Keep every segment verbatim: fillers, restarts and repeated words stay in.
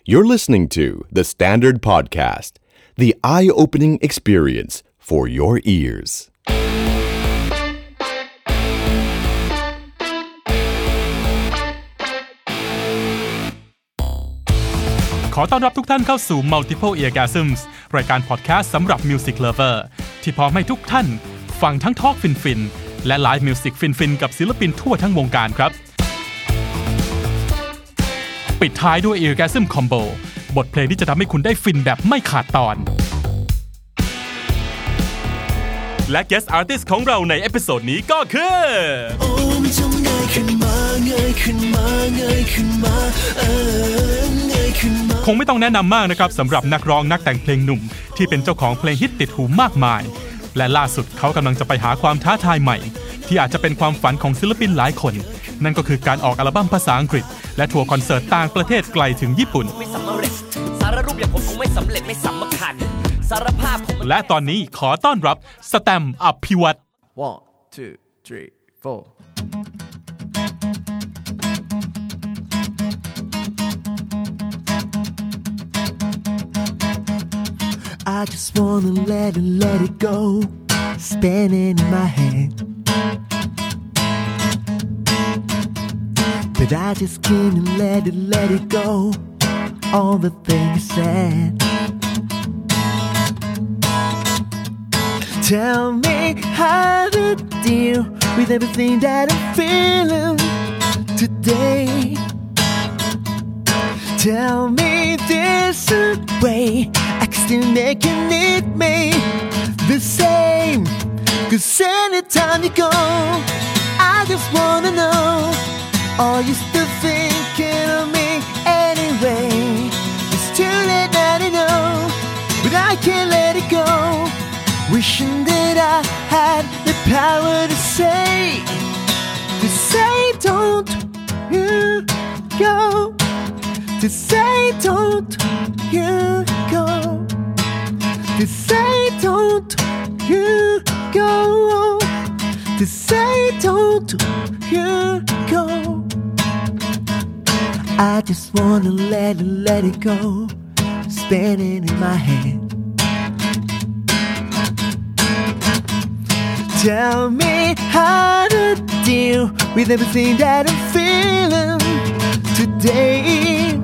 You're listening to The Standard Podcast, the eye-opening experience for your ears. ขอต้อนรับทุกท่านเข้าสู่ Multiple Eargasms รายการพอดแคสต์สำหรับ Music Lover ที่พร้อมให้ทุกท่านฟังทั้งทอล์กฟินๆและไลฟ์มิวสิกฟินๆกับศิลปินทั่วทั้งวงการครับปิดท้ายด้วย Eargasm Combo บทเพลงที่จะทำให้คุณได้ฟินแบบไม่ขาดตอนและ Guest Artist ของเราในเอพิโซดนี้ก็คือโอ้มันจงเงยขึ้นมาเงยขึ้นมาเงยขึ้นมาเออเงยขึ้นมาคงไม่ต้องแนะนำมากนะครับสำหรับนักร้องนักแต่งเพลงหนุ่มที่เป็นเจ้าของเพลงฮิตติดหูมากมายและล่าสุดเขากำลังจะไปหาความท้าทายใหม่ที่อาจจะเป็นความฝันของศิลปินหลายคนนั่นก็คือการออกอัลบั้มภาษาอังกฤษและทัวร์คอนเสิร์ตต่างประเทศไกลถึงญี่ปุ่นสารรูปอย่างผมคงไม่สำเร็จไม่สำคัญสารภาพและตอนนี้ขอต้อนรับสแตมป์อภิวัตร one two three four I just wanna let it, let it go, spinning in my head. But I just can't let it, let it go, all the things said. Tell me how to deal with everything that I'm feeling today. Tell me there's a way I can still make you need me the same. Cause anytime you go, I just wanna know, are you still thinking of me anyway? It's too late now to know, but I can't let it go. Wishing that I had the power to say, to say don't you go, to say don't you go, to say don't you go, to say don't you go. I just wanna let it, let it go, spinning in my head. Tell me how to deal with everything that I'm feeling today.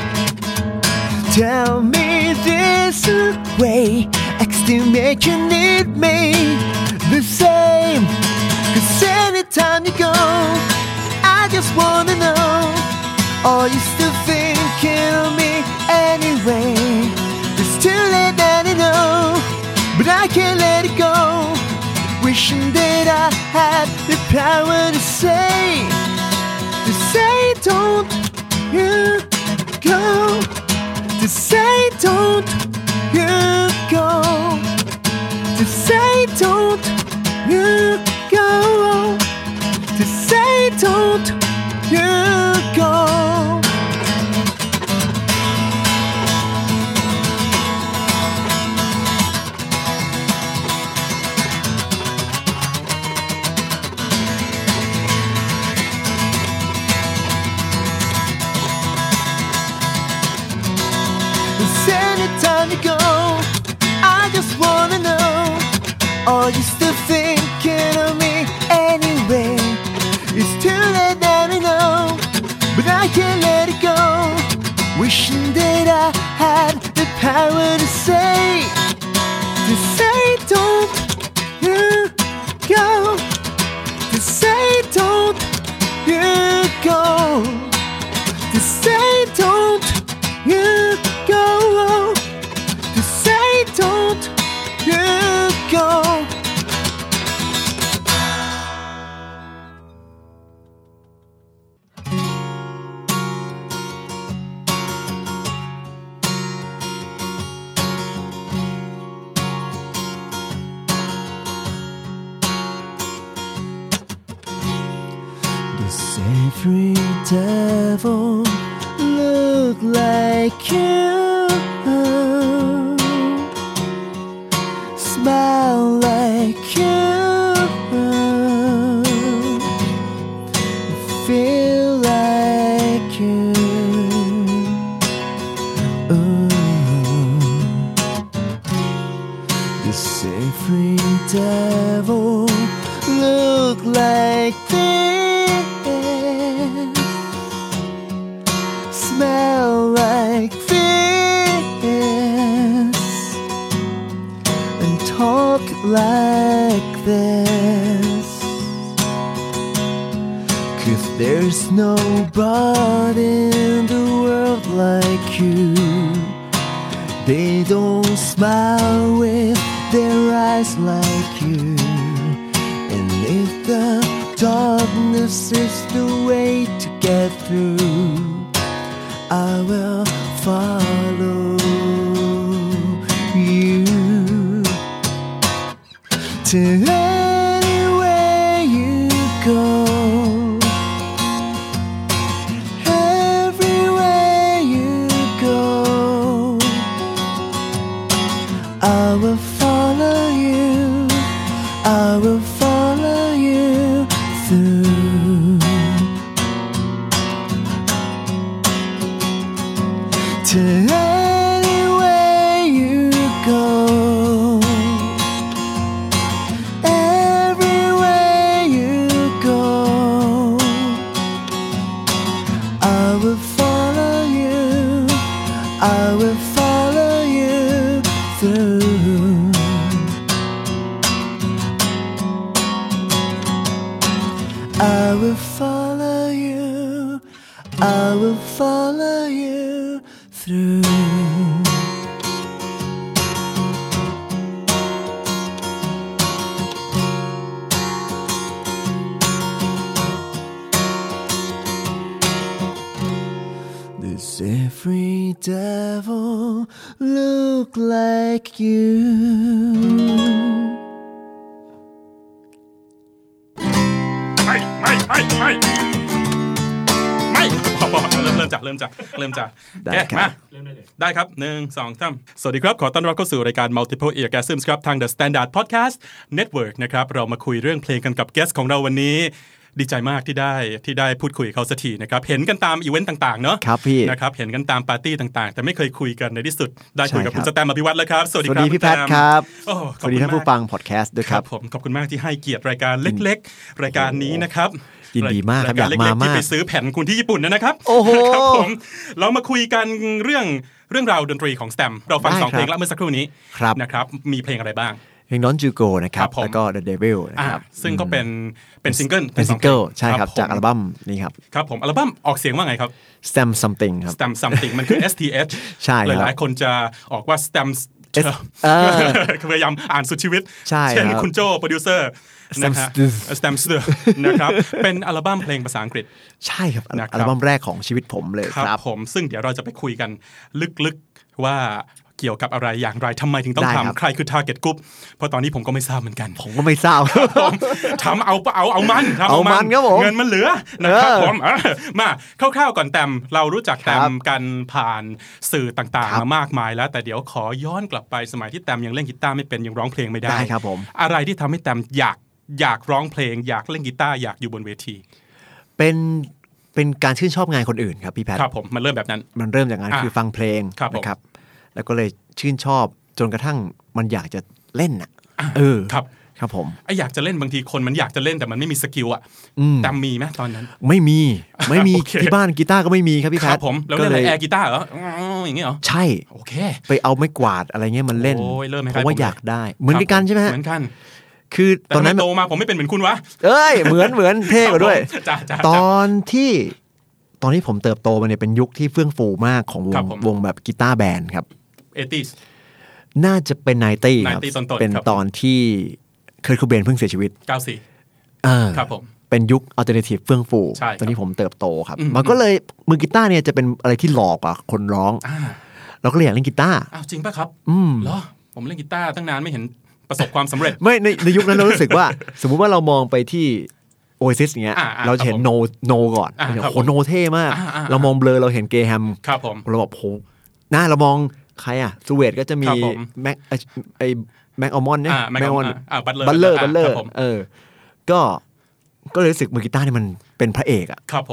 Tell me there's a way I can still make you need me the same. Cause anytime you go, I just wanna know, are you still thinking of me anyway? It's too late now to know, but I can't let it go. Wishing that I had the power to say, to say don't you go, to say don't you go, to say don't you go, to say don't you go. Anytime you go, I just wanna know, are you still thinking of me anyway? It's too late now to know, but I can't let it go. Wishing that I had the power to say, to say don't you go, to say don't you go, to say don't you go, to say don't you go. Does every devil look like you? Smile like you? Feel like you? devil look like this, smell like this, and talk like this? 'Cause there's nobody in the world like you. They don't smile with their eyes like you. And if the darkness is the way to get through, I will follow you to anywhere you go, everywhere you go. I will follow you, I will follow you through to anywhere you go, everywhere you go. I will follow you, I will follow you through. I will follow you, I will follow you through. Does every devil look like you? ไม่ไม่ไม่ไม่ไม่พอพอเริ่มเริ่มจากเริ่มจากเริ่มจากได้ครับมาเริ่มได้เลยได้ครับหนึ่งสองสามสวัสดีครับขอต้อนรับเข้าสู่รายการ Multiple Orgasms ครับทาง The Standard Podcast Network นะครับเรามาคุยเรื่องเพลงกันกับ guest ของเราวันนี้ดีใจมากที่ได้ที่ได้พูดคุยเขาสักทีนะครับเห็นกันตามอีเวนต์ต่างๆเนาะครับพี่นะครับเห็นกันตามปาร์ตี้ต่างๆแต่ไม่เคยคุยกันในที่สุดได้คุยกับใช่ครับคุณสแตมอภิวัตรแล้วครับสวัสดีสวัสครับดีพี่แพทณครับโอ้สวัสดีท่านผู้ฟังพอดแคสต์ด้วยครับผมขอบคุณมากที่ให้เกียรติรายการเล็กๆรายการนี้นะครับยินดีมากครับรายการอยากมามากเล็ๆที่ไปซื้อแผ่นคุณที่ญี่ปุ่นนะครับโอ้โหครับผมเรามาคุยกันเรื่องเรื่องราวดนตรีของสแตมเราฟังได้สองครับเพลงแล้วเมื่อสักครู่นี้ครับนะครับมีเพลงอะไรบ้างเพลง Don't You Go นะครับครับผมแล้วก็ The Devil นะครับอ่าซึ่งก็เป็นเป็นซิงเกิลเป็นซิงเกิลใช่ครับผมจากอัลบั้มนี้ครับครับผมอัลบั้มออกเสียงว่าไงครับ Stem Something ครับ Stem Something มันคือ เอส ที เอชใช่ครับหลายๆคนจะออกว่า Stem เอสเออพยายามอ่านสุดชีวิตใช่เช่นครับคุณโจโปรดิวเซอร์นะฮะ Stemนะครับเป็นอัลบั้มเพลงภาษาอังกฤษใช่ครับนะครับอัลบั้มแรกของชีวิตผมเลยคครัรับบ ผมซึ่งเดี๋ยวเราจะไปคุยกันลึกๆว่าเกี่ยวกับอะไรอย่างไรทำไมถึงต้องได้ครับทำใครคือ target group เพราะตอนนี้ผมก็ไม่ทราบเหมือนกันผมก็ไม่ทราบผมทำเอาเอาเอามันทำเอามันครับผมเงินมันเหลือนะครับเออผมอ่ะมาคร่าวๆก่อนแต้มเรารู้จักคแต้รับมกันผ่านสื่อต่างครับๆมามากมายแล้ว แต่เดี๋ยวขอย้อนกลับไปสมัยที่แต้มยังเล่นกีตาร์ไม่เป็นยังร้องเพลงไม่ได้ได้ครับผมอะไรที่ทำให้แต้มอยากอยากร้องเพลงอยากเล่นกีตาร์อยากอยู่บนเวทีเป็นเป็นการชื่นชอบงานคนอื่นครับพี่แพทครับผมมันเริ่มแบบนั้นมันเริ่มจากงานอ่ะคือฟังเพลงครับผมนะครับ แล้วก็เลยชื่นชอบจนกระทั่งมันอยากจะเล่นอ่ะเออครับครับผมไออยากจะเล่นบางทีคนมันอยากจะเล่นแต่มันไม่มีสกิลอะอืมแต้มมีไหมตอนนั้นไม่มีไม่มีโอเคที่บ้านกีตาร์ก็ไม่มีครับพี่คแพรัทบผมแล้วก็เล่นอะไรเลยแอร์กีตาร์เหรออ๋ออย่างเงี้ยเหรอใช่โอเคไปเอาไม้กวาดอะไรเงี้ยมันเล่นโอ้ยเริ่มคล้ายๆเพราะว่าผมเลยอยากได้เหมือนกันใช่ไหมฮะเหมือนกันคือแต่ตอนนั้นทำไมโตมาผมไม่เป็นเหมือนคุณวะเอ้ยเหมือนเหมือนเท่กว่าด้วยจ้าจ้าตอนที่ตอนที่ผมเติบโตมาเนี่ยเป็นยุคที่เฟื่องฟูมากของวครังบผมวงแบบกีตาร์แบนด์ครับเอตี้น่าจะเป็นไนตี้ครับไนตี้ต้นๆเป็นครับตอนที่เคิร์ท โคเบนเพิ่งเสียชีวิตเก้าสี่เออครับผมเป็นยุคอัลเทอร์เนทีฟเฟื่องฟูใช่ครับตอนที่ผมเติบโตครับอืมมันก็เลยมือกีตาร์เนี่ยจะเป็นอะไรที่หลอกกว่าคนร้องอ่าเราก็เลยอยากเล่นกีตาร์อ้าวจริงป่ะครับอืมเหรอผมเล่นกีตาร์ตั้งนานไม่เห็นประสบความสำเร็จไม่ในในยุคนั้นเรารู้สึกว่า สมมุติว่าเรามองไปที่โอเอซิสอย่างเงี้ยอ่าอ่าเราจะเห็นครับโนผมโนก่อนอ่าโอ้ครับโหโนเท่มากอ่าอ่าเรามองเบลอเราเห็นเกแฮมครับผมเราบอกโหน่าเรามองใครอะซูเวตก็จะมีครับผมแม็กไอไอแม็กอัลมอนด์เนี่ยอ่า Mac Almond อ่า Butler บัลเลอร์อ่าบัลเลอครัร์บผมเออก็ก็เลยรู้สึกมือกีตาร์นี่มันเป็นพระเอกอะครับผม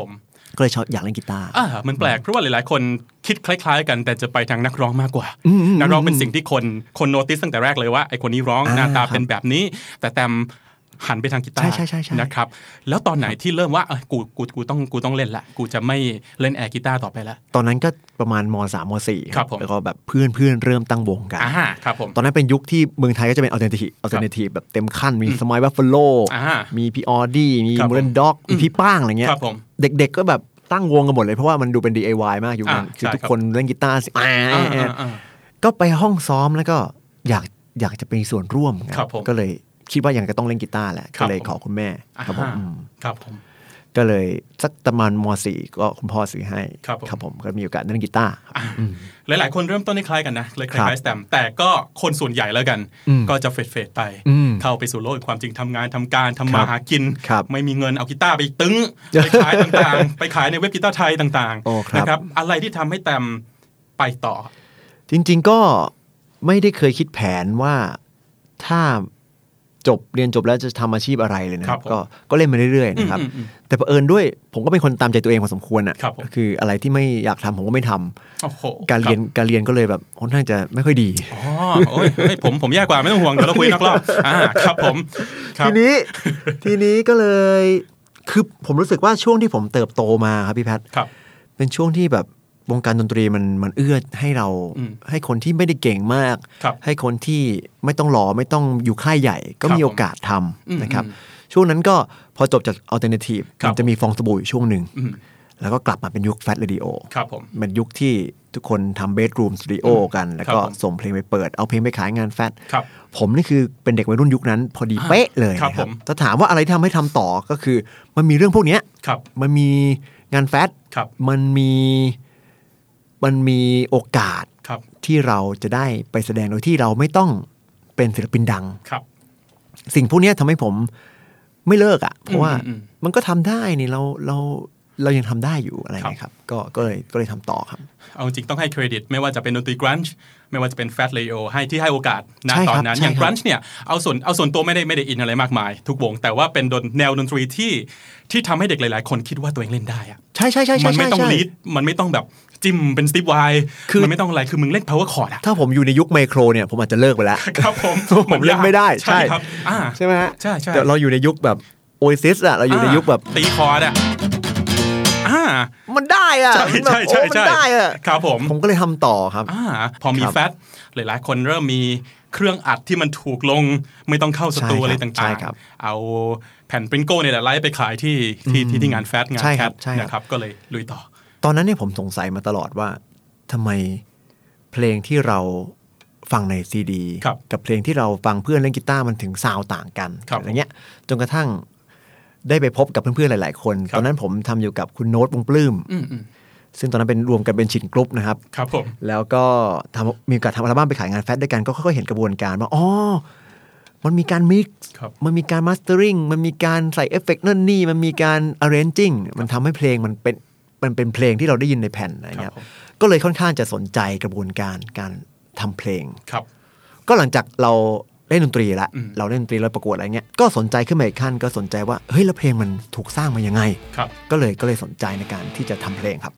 ก็เลยชอบอยากเล่นกีตาร์อ่ามันแปลกเพราะว่าหลายๆคนคิดคล้ายๆกันแต่จะไปทางนักร้องมากกว่านักร้องเป็นสิ่งที่คนคนโน้ติสตั้งแต่แรกเลยว่าไอ้คนนี้ร้องหน้าตาเป็นแบบนี้แต่แตมหันไปทางกีตาร์นะครับแล้วตอนไหนที่เริ่มว่าเออกูกูกูต้องกูต้องเล่นละกูจะไม่เล่นแอร์กีตาร์ต่อไปละตอนนั้นก็ประมาณม.สาม ม.สี่ครับแล้วก็แบบเพื่อนเพื่อนเริ่มตั้งวงกันอ่าครับผมตอนนั้นเป็นยุคที่เมืองไทยก็จะเป็นอัลเทอร์เนทีฟอัลเทอร์เนทีฟแบบเต็มขั้นมีสมัยบัฟฟาโลมีพี่ออดี้มีมูเลนด็อกมีพี่ป้างอะไรเงี้ยเด็กๆก็แบบตั้งวงกันหมดเลยเพราะว่ามันดูเป็น ดี ไอ วาย มากอยู่นั้นคือทุกคนเล่นกีตาร์ก็ไปห้องซ้อมแล้วก็อยากอยากจะเป็นส่วนร่วมก็เลยคิดว่าอย่างก็ต้องเล่นกีตาร์แหละก็เลยขอคุณแม่ครับผมครับผมก็เลยสักประมาณม.สี่ ก็คุณพ่อซื้อให้ครับผมก็มีโอกาสเล่นกีตาร์หลายๆคนเริ่มต้นคล้ายกันนะเลยคล้ายๆแตมแต่ก็คนส่วนใหญ่แล้วกันก็จะเฟดๆไปเข้าไปสู่โลกความจริงทำงานทำการทำมาหากินไม่มีเงินเอากีตาร์ไปตึ้งไปขายต่างๆไปขายในเว็บกีตาร์ไทยต่างๆนะครับอะไรที่ทำให้แตมไปต่อจริงๆก็ไม่ได้เคยคิดแผนว่าถ้าจบเรียนจบแล้วจะทำอาชีพอะไรเลยนะก็ก็เล่นมาเรื่อยๆนะครับแต่เผอิญด้วยผมก็เป็นคนตามใจตัวเองพอสมควรอ่ะก็คืออะไรที่ไม่อยากทำผมก็ไม่ทำการเรียนการเรียนก็เลยแบบค่อนข้างจะไม่ค่อยดีอ๋อโอ้ยผมผมแย่กว่าไม่ต้องห่วงเดี๋ยวเราคุยนอกรอบอ่าครับผมทีนี้ทีนี้ก็เลยคือผมรู้สึกว่าช่วงที่ผมเติบโตมาครับพี่แพทเป็นช่วงที่แบบวงการดนตรีมันมันเอื้อให้เราให้คนที่ไม่ได้เก่งมากให้คนที่ไม่ต้องหล่อไม่ต้องอยู่ค่ายใหญ่ก็มีโอกาสทำนะครับช่วงนั้นก็พอจบจาก Alternative มันจะมีฟองสบู่อยู่ช่วงหนึ่งแล้วก็กลับมาเป็นยุค Fat Radio เป็นยุคที่ทุกคนทำ Bedroom Studio กันแล้วก็ส่งเพลงไปเปิดเอาเพลงไปขายงาน Fat ผมนี่คือเป็นเด็กวัยรุ่นยุคนั้นพอดีเป๊ะเลยครับถ้าถามว่าอะไรที่ทำให้ทำต่อก็คือมันมีเรื่องพวกนี้มันมีงาน Fat มันมีมันมีโอกาสที่เราจะได้ไปแสดงโดยที่เราไม่ต้องเป็นศิลปินดังสิ่งพวกนี้ทำให้ผมไม่เลิกอ่ะเพราะว่ามันก็ทำได้นี่เราเราเรายังทำได้อยู่อะไรไงครับก็ก็เลยก็เลยทำต่อครับเอาจริงต้องให้เครดิตไม่ว่าจะเป็นดนตรีกรันช์ไม่ว่าจะเป็น Fat Radio ให้ที่ให้โอกาสณตอนนั้นอย่างกรันช์เนี่ยเอาส่วนเอาส่วนตัวไม่ได้ไม่ได้อินอะไรมากมายทุกวงแต่ว่าเป็นแนวดนตรีที่ที่ทำให้เด็กหลายๆคนคิดว่าตัวเองเล่นได้อะใช่ใช่ใช่มันไม่ต้องลีดมันไม่ต้องแบบจิ้มเป็นสตีฟไวมันไม่ต้องอะไรคือมึงเล่น power chord อะถ้าผมอยู่ในยุคไมโครเนี่ยผมอาจจะเลิกไปแล้วครับผมผมเล่นไม่ได้ใช่ครับใช่ไหมฮะใช่ใช่แต่เราอยู่ในยุคแบบ Oasis อะเราอยู่ในยุคแบบตีคอร์ดอะอ่ามันได้อะใช่ใช่ใช่มันได้อะครับผมผมก็เลยทำต่อครับอ่าพอมีแฟตหลายๆคนเริ่มมีเครื่องอัดที่มันถูกลงไม่ต้องเข้าสตูอะไรต่างๆเอาแผ่นปริงโก้เนี่ยแหละไล่ไปขายที่ที่ที่งานแฟตงานแคทนะครับก็เลยลุยต่อตอนนั้นเนี่ยผมสงสัยมาตลอดว่าทำไมเพลงที่เราฟังในซีดีกับเพลงที่เราฟังเพื่อนเล่นกีตาร์มันถึงซาวต่างกันอะไรเงี้ยจนกระทั่งได้ไปพบกับเพื่อนๆหลายๆคนตอนนั้นผมทำอยู่กับคุณโน้ตวงปลื้มซึ่งตอนนั้นเป็นรวมกันเป็นฉินกรุ๊ปนะครับครับผมแล้วก็ทำมีโอกาสทำอัลบั้มไปขายงานแฟตด้วยกันก็ค่อยๆเห็นกระบวนการว่าอ๋อมันมีการมิกซ์มันมีการมาสเตอริงมันมีการใส่เอฟเฟกต์นั่นนี่มันมีการอาร์เรนจิ้งมันทำให้เพลงมันเป็นมันเป็นเพลงที่เราได้ยินในแผ่นอะไรเงี้ยก็เลยค่อนข้างจะสนใจกระบวนการการทำเพลงครับก็หลังจากเราเล่นดนตรีละเราเล่นดนตรีแล้วประกวดอะไรเงี้ยก็สนใจขึ้นมาอีกขั้นก็สนใจว่าเฮ้ยแล้วเพลงมันถูกสร้างมายังไงก็เลยก็เลยสนใจในการที่จะทำเพลงครับ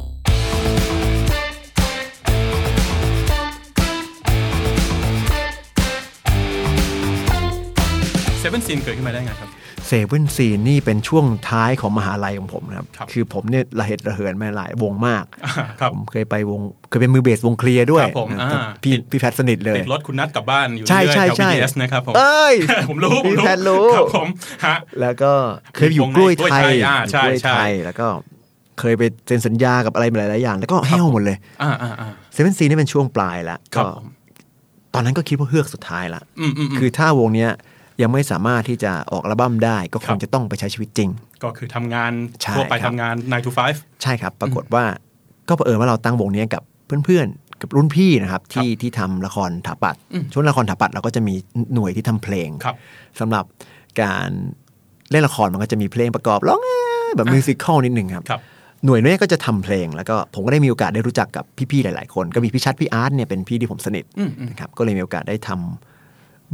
เซเว่นซีนเกิดขึ้นมาได้ไงครับเซเว่นซีนนี่เป็นช่วงท้ายของมหาลัยของผมนะครับคือผมเนี่ยระเหตุระเหินมาหลายวงมากผมเคยไปวงเคยเป็นมือเบสวงเคลียร์ด้วยพี่พี่แพทสนิทเลยติดรถคุณนัดกลับบ้านอยู่เรื่อยๆแถว บี ที เอส นะครับผมเอ้ยผมรู้พี่แพทรู้ครับผมฮะแล้วก็เคยอยู่กล้วยไทยกล้วยไทยแล้วก็เคยไปเซ็นสัญญากับอะไรหลายๆอย่างแล้วก็แห้วหมดเลยเซเว่นซีนี่เป็นช่วงปลายแล้วก็ตอนนั้นก็คิดว่าเฮือกสุดท้ายละคือถ้าวงเนี้ยยังไม่สามารถที่จะออกอัลบั้มได้ก็คงจะต้องไปใช้ชีวิตจริงก็คือทำงานทั่วไปทำงาน ไนน์ ทู ไฟว์ใช่ครับปรากฏว่าก็เผอิญว่าเราตั้งวงนี้กับเพื่อนๆกับรุ่นพี่นะครับที่ที่ทำละครถาปัดช่วงละครถาปัดเราก็จะมีหน่วยที่ทำเพลงสำหรับการเล่นละครมันก็จะมีเพลงประกอบร้องแบบมิวสิคอลนิดหนึ่งครับหน่วยนี้ก็จะทำเพลงแล้วก็ผมก็ได้มีโอกาสได้รู้จักกับพี่ๆหลายๆคนก็มีพี่ชัดพี่อาร์ตเนี่ยเป็นพี่ที่ผมสนิทนะครับก็เลยมีโอกาสได้ทำบอก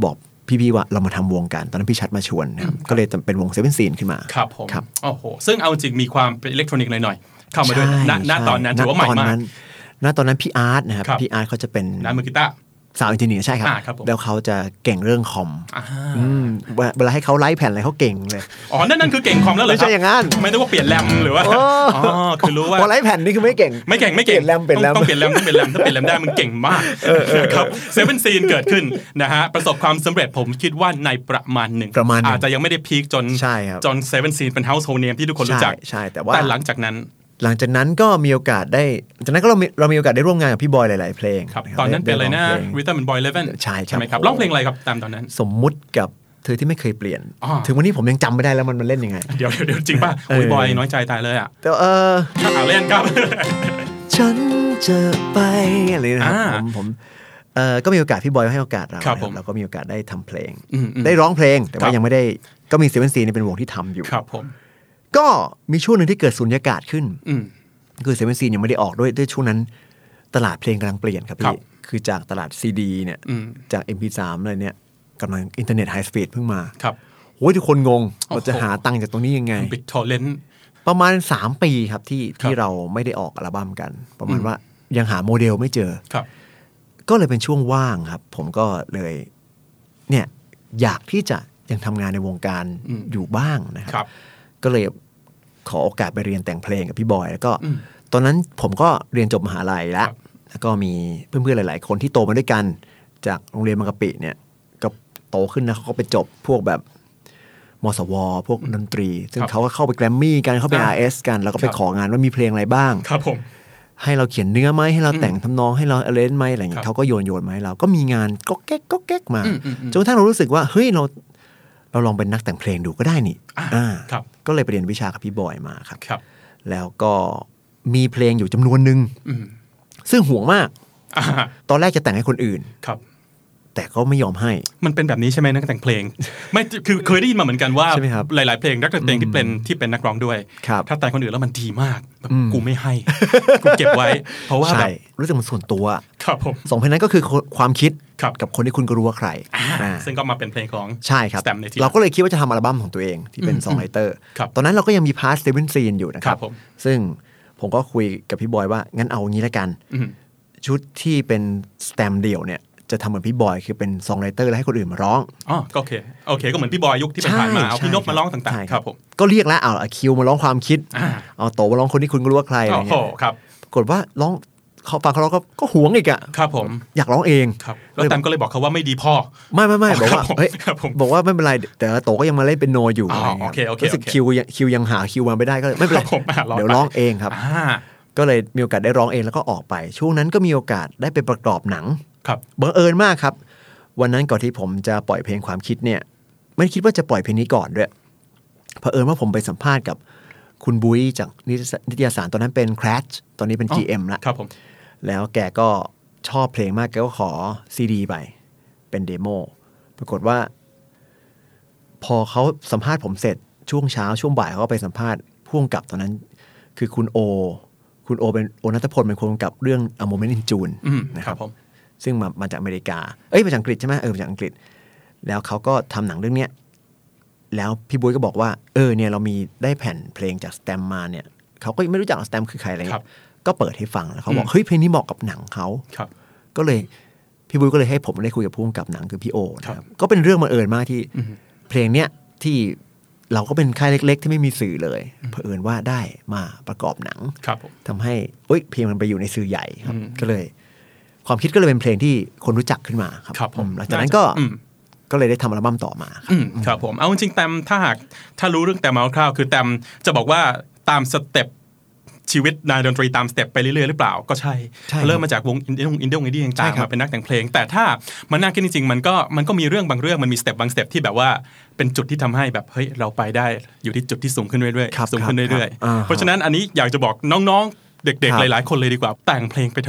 พี่ๆว่าเรามาทำวงกันตอนนั้นพี่ชัดมาชวนนะครับก็เลยเป็นวงเซเว่นซีนขึ้นมาครับผมโอ้โหซึ่งเอาจริงมีความเป็นอิเล็กทรอนิกส์หน่อยๆเข้ามาด้วยณตอนนั้นถือว่าใหม่มากณตอนนั้นพี่อาร์ตนะครับพี่อาร์ตเขาจะเป็นนักมือกีตาร์สาวอินเทอร์เน็ตใช่ครับแล้วเขาจะเก่งเรื่องคอมเวลาให้เขาไลฟ์แผ่นอะไรเขาเก่งเลยอ๋อนั่นนั่นคือเก่งคอมแล้วเหรอไม่ใช่อย่างนั้นไม่ได้ว่าเปลี่ยนแรมหรือว่าอ๋อคือรู้ว่าพอไลฟ์แผ่นนี่คือไม่เก่งไม่เก่งไม่เก่งแรมเปลี่ยนแรมต้องเปลี่ยนแรมต้องเปลี่ยนแรมถ้าเปลี่ยนแรมได้มันเก่งมากครับเซเว่นซีนเกิดขึ้นนะฮะประสบความสำเร็จผมคิดว่าในประมาณหนึ่งอาจจะยังไม่ได้พีคจนจนเซเว่นซีนเป็น household name ที่ทุกคนรู้จักใช่แต่ว่าแต่หลังจากนั้นหลังจากนั้นก็มีโอกาสได้จากนั้นก็เราเรามีโอกาสได้ร่วมงานกับพี่บอยหลายๆเพลงครับตอนนั้นเป็นอะไรนะ Rhythm and Boy สิบเอ็ดใช่ใช่ไหมครับร้องเพลงอะไรครับตามตอนนั้นสมมุติกับเธอที่ไม่เคยเปลี่ยนถึงวันนี้ผมยังจำไม่ได้แล้วมันมันเล่นยังไงเดี๋ยวเดี๋ยวจริงป่ะโอ้ยบอยน้อยใจตายเลยอ่ะแต่เออเอาเล่นครับฉันจะไปอะไรนะครับผมผมเออก็มีโอกาสพี่บอยให้โอกาสเราเราก็มีโอกาสได้ทำเพลงได้ร้องเพลงแต่ว่ายังไม่ได้ก็มีเซเว่นซีนี่เป็นวงที่ทำอยู่ครับผมก็มีช่วงหนึ่งที่เกิดสุญญากาศขึ้นคือเซเว่นซียังไม่ได้ออกด้วยด้วยช่วงนั้นตลาดเพลงกำลังเปลี่ยนครับพี่คือจากตลาดซีดีเนี่ยจาก เอ็ม พี ทรี อะไรเนี่ยกำลังอินเทอร์เน็ตไฮสปีดเพิ่งมาครับโอ้ยทุกคนงงเราจะหาตังค์จากตรงนี้ยังไงบิ๊กทอร์เรนต์ประมาณสามปีครับที่ที่เราไม่ได้ออกอัลบั้มกันประมาณว่ายังหาโมเดลไม่เจอก็เลยเป็นช่วงว่างครับผมก็เลยเนี่ยอยากที่จะยังทำงานในวงการอยู่บ้างนะครับก็เลยขอโอกาสไปเรียนแต่งเพลงกับพี่บอยแล้วก็ตอนนั้นผมก็เรียนจบมหาลัยแล้วแล้วก็มีเพื่อนๆหลายๆคนที่โตมาด้วยกันจากโรงเรียนบางกะปิเนี่ยก็โตขึ้นนะเขาก็ไปจบพวกแบบมสวพวกดนตรีซึ่งเขาก็เข้าไปแกรมมี่กันเข้าไป อาร์ เอส กันแล้วก็ไปของานว่ามีเพลงอะไรบ้างครับผมให้เราเขียนเนื้อไหมให้เราแต่งทำนองให้เราเล่นไหมอะไรอย่างเงี้ยเขาก็โยนโยนมาให้เราก็มีงานก็แก๊กก็แก๊กมาจนกระทั่งเรารู้สึกว่าเฮ้ยเราเราลองเป็นนักแต่งเพลงดูก็ได้นี่อ่าก็เลยไปเรียนวิชากับพี่บอยมาครับแล้วก็มีเพลงอยู่จำนวนหนึ่งซึ่งห่วงมากตอนแรกจะแต่งให้คนอื่นแต่ก็ไม่ยอมให้มันเป็นแบบนี้ใช่ไหมนักแต่งเพลงไม่คือเคยได้ยินมาเหมือนกันว่าหลายๆเพลงนักแต่งเพลงที่เป็นที่เป็นนักร้องด้วยถ้าแต่งคนอื่นแล้วมันดีมากแบบกูไม่ให้กูเก็บไว้เพราะว่าแบบรู้สึกมันส่วนตัวครับผมสองเพลงนั้นก็คือความคิดกับคนที่คุณก็รู้ว่าใครซึ่งก็มาเป็นเพลงของใช่ครับเราก็เลยคิดว่าจะทำอัลบั้มของตัวเองที่เป็นซองไรเตอร์ตอนนั้นเราก็ยังมีพาร์ทเซเว่นซีนอยู่นะครับซึ่งผมก็คุยกับพี่บอยว่างั้นเอางี้ละกันชุดที่เป็นสแตมป์เดี่ยวเนี่ยจะทำเหมือนพี่บอยคือเป็นซองไรเตอร์แล้วให้คนอื่นมาร้องอ๋อโอเคโอเคก็เหมือนพี่บอยยุคที่ผ่านมาเอาพี่นพมาร้องต่างๆครับผมก็เรียกแล้วเอาคิวมาร้องความคิดเอาโตมาร้องคนที่คุณก็รู้ว่าใครอะไรเงี้ยครับปรากฏว่าร้องเขาฟังเขาร้องก็หวงอีกอ่ะครับผมอยากร้องเองครับแล้วแตมก็เลยบอกเขาว่าไม่ดีพ่อไม่ไม่ไม่บอกว่าเฮ้ยบอกว่าไม่เป็นไรแต่โตก็ยังมาเล่นเป็นโนอยู่อะไรเงี้ยรู้สึกคิวคิวยังหาคิวมาไม่ได้ก็ไม่เป็นไรเดี๋ยวร้องเองครับก็เลยมีโอกาสได้ร้องเองแล้วก็ออกไปช่วงนั้นก็มีโอกาสได้ไปประกอบหนังบังเอิญมากครับวันนั้นก่อนที่ผมจะปล่อยเพลงความคิดเนี่ยไม่คิดว่าจะปล่อยเพลงนี้ก่อนด้วยเผอิญว่าผมไปสัมภาษณ์กับคุณบุ้ยจากนิตยสารตอนนั้นเป็น Crash ตอนนี้เป็น จี เอ็ม แล้วครับผมแล้วแกก็ชอบเพลงมากแกก็ขอซีดีไปเป็นเดโมปรากฏว่าพอเขาสัมภาษณ์ผมเสร็จช่วงเช้าช่วงบ่ายเขาก็ไปสัมภาษณ์ผู้กำกับตอนนั้นคือคุณโอคุณโอเป็นโอณัฐพลเป็นคนกำกับเรื่อง A Moment in June นะครับซึ่งมามาจากอเมริกาเอ้ยมาจากอังกฤษใช่ไหมเออมาจากอังกฤษแล้วเขาก็ทำหนังเรื่องนี้แล้วพี่บุ้ยก็บอกว่าเออเนี่ยเรามีได้แผ่นเพลงจากสแตมมาเนี่ยเขาก็ไม่รู้จักสแตมคือใครอะไรก็เปิดให้ฟังแล้วเขาบอกเฮ้ยเพลงนี้เหมาะกับหนังเขาก็เลยพี่บุ้ยก็เลยให้ผมได้คุยกับผู้กำกับหนังคือพี่โอนะครับก็เป็นเรื่องบังเอิญมากที่เพลงเนี้ยที่เราก็เป็นค่ายเล็กๆที่ไม่มีสื่อเลยเผอิญว่าได้มาประกอบหนังทำให้เอ้ยเพลงมันไปอยู่ในสื่อใหญ่ครับก็เลยความคิดก็เลยเป็นเพลงที่คนรู้จักขึ้นมาครับผมหลังจากนั้นก็ก็เลยได้ทำอัลบั้มต่อมาครับผมเอาจริงๆแตมถ้าหากถ้ารู้เรื่องแตมคร่าวๆคือแตมจะบอกว่าตามสเต็ปชีวิตนายดนตรีตามสเต็ปไปเรื่อยๆหรือเปล่าก็ใช่เริ่มมาจากวงอินเดียอินเดียอินเดียต่างๆมาเป็นนักแต่งเพลงแต่ถ้ามันน่าคิดจริงๆมันก็มันก็มีเรื่องบางเรื่องมันมีสเต็ปบางสเต็ปที่แบบว่าเป็นจุดที่ทำให้แบบเฮ้ยเราไปได้อยู่ที่จุดที่สูงขึ้นเรื่อยๆสูงขึ้นเรื่อยๆเพราะฉะนั้นอันนี้อยากจะบอกน้องๆเด็กๆหลายๆคนเลยดีกว่าแต่งเพลงไปเถอะ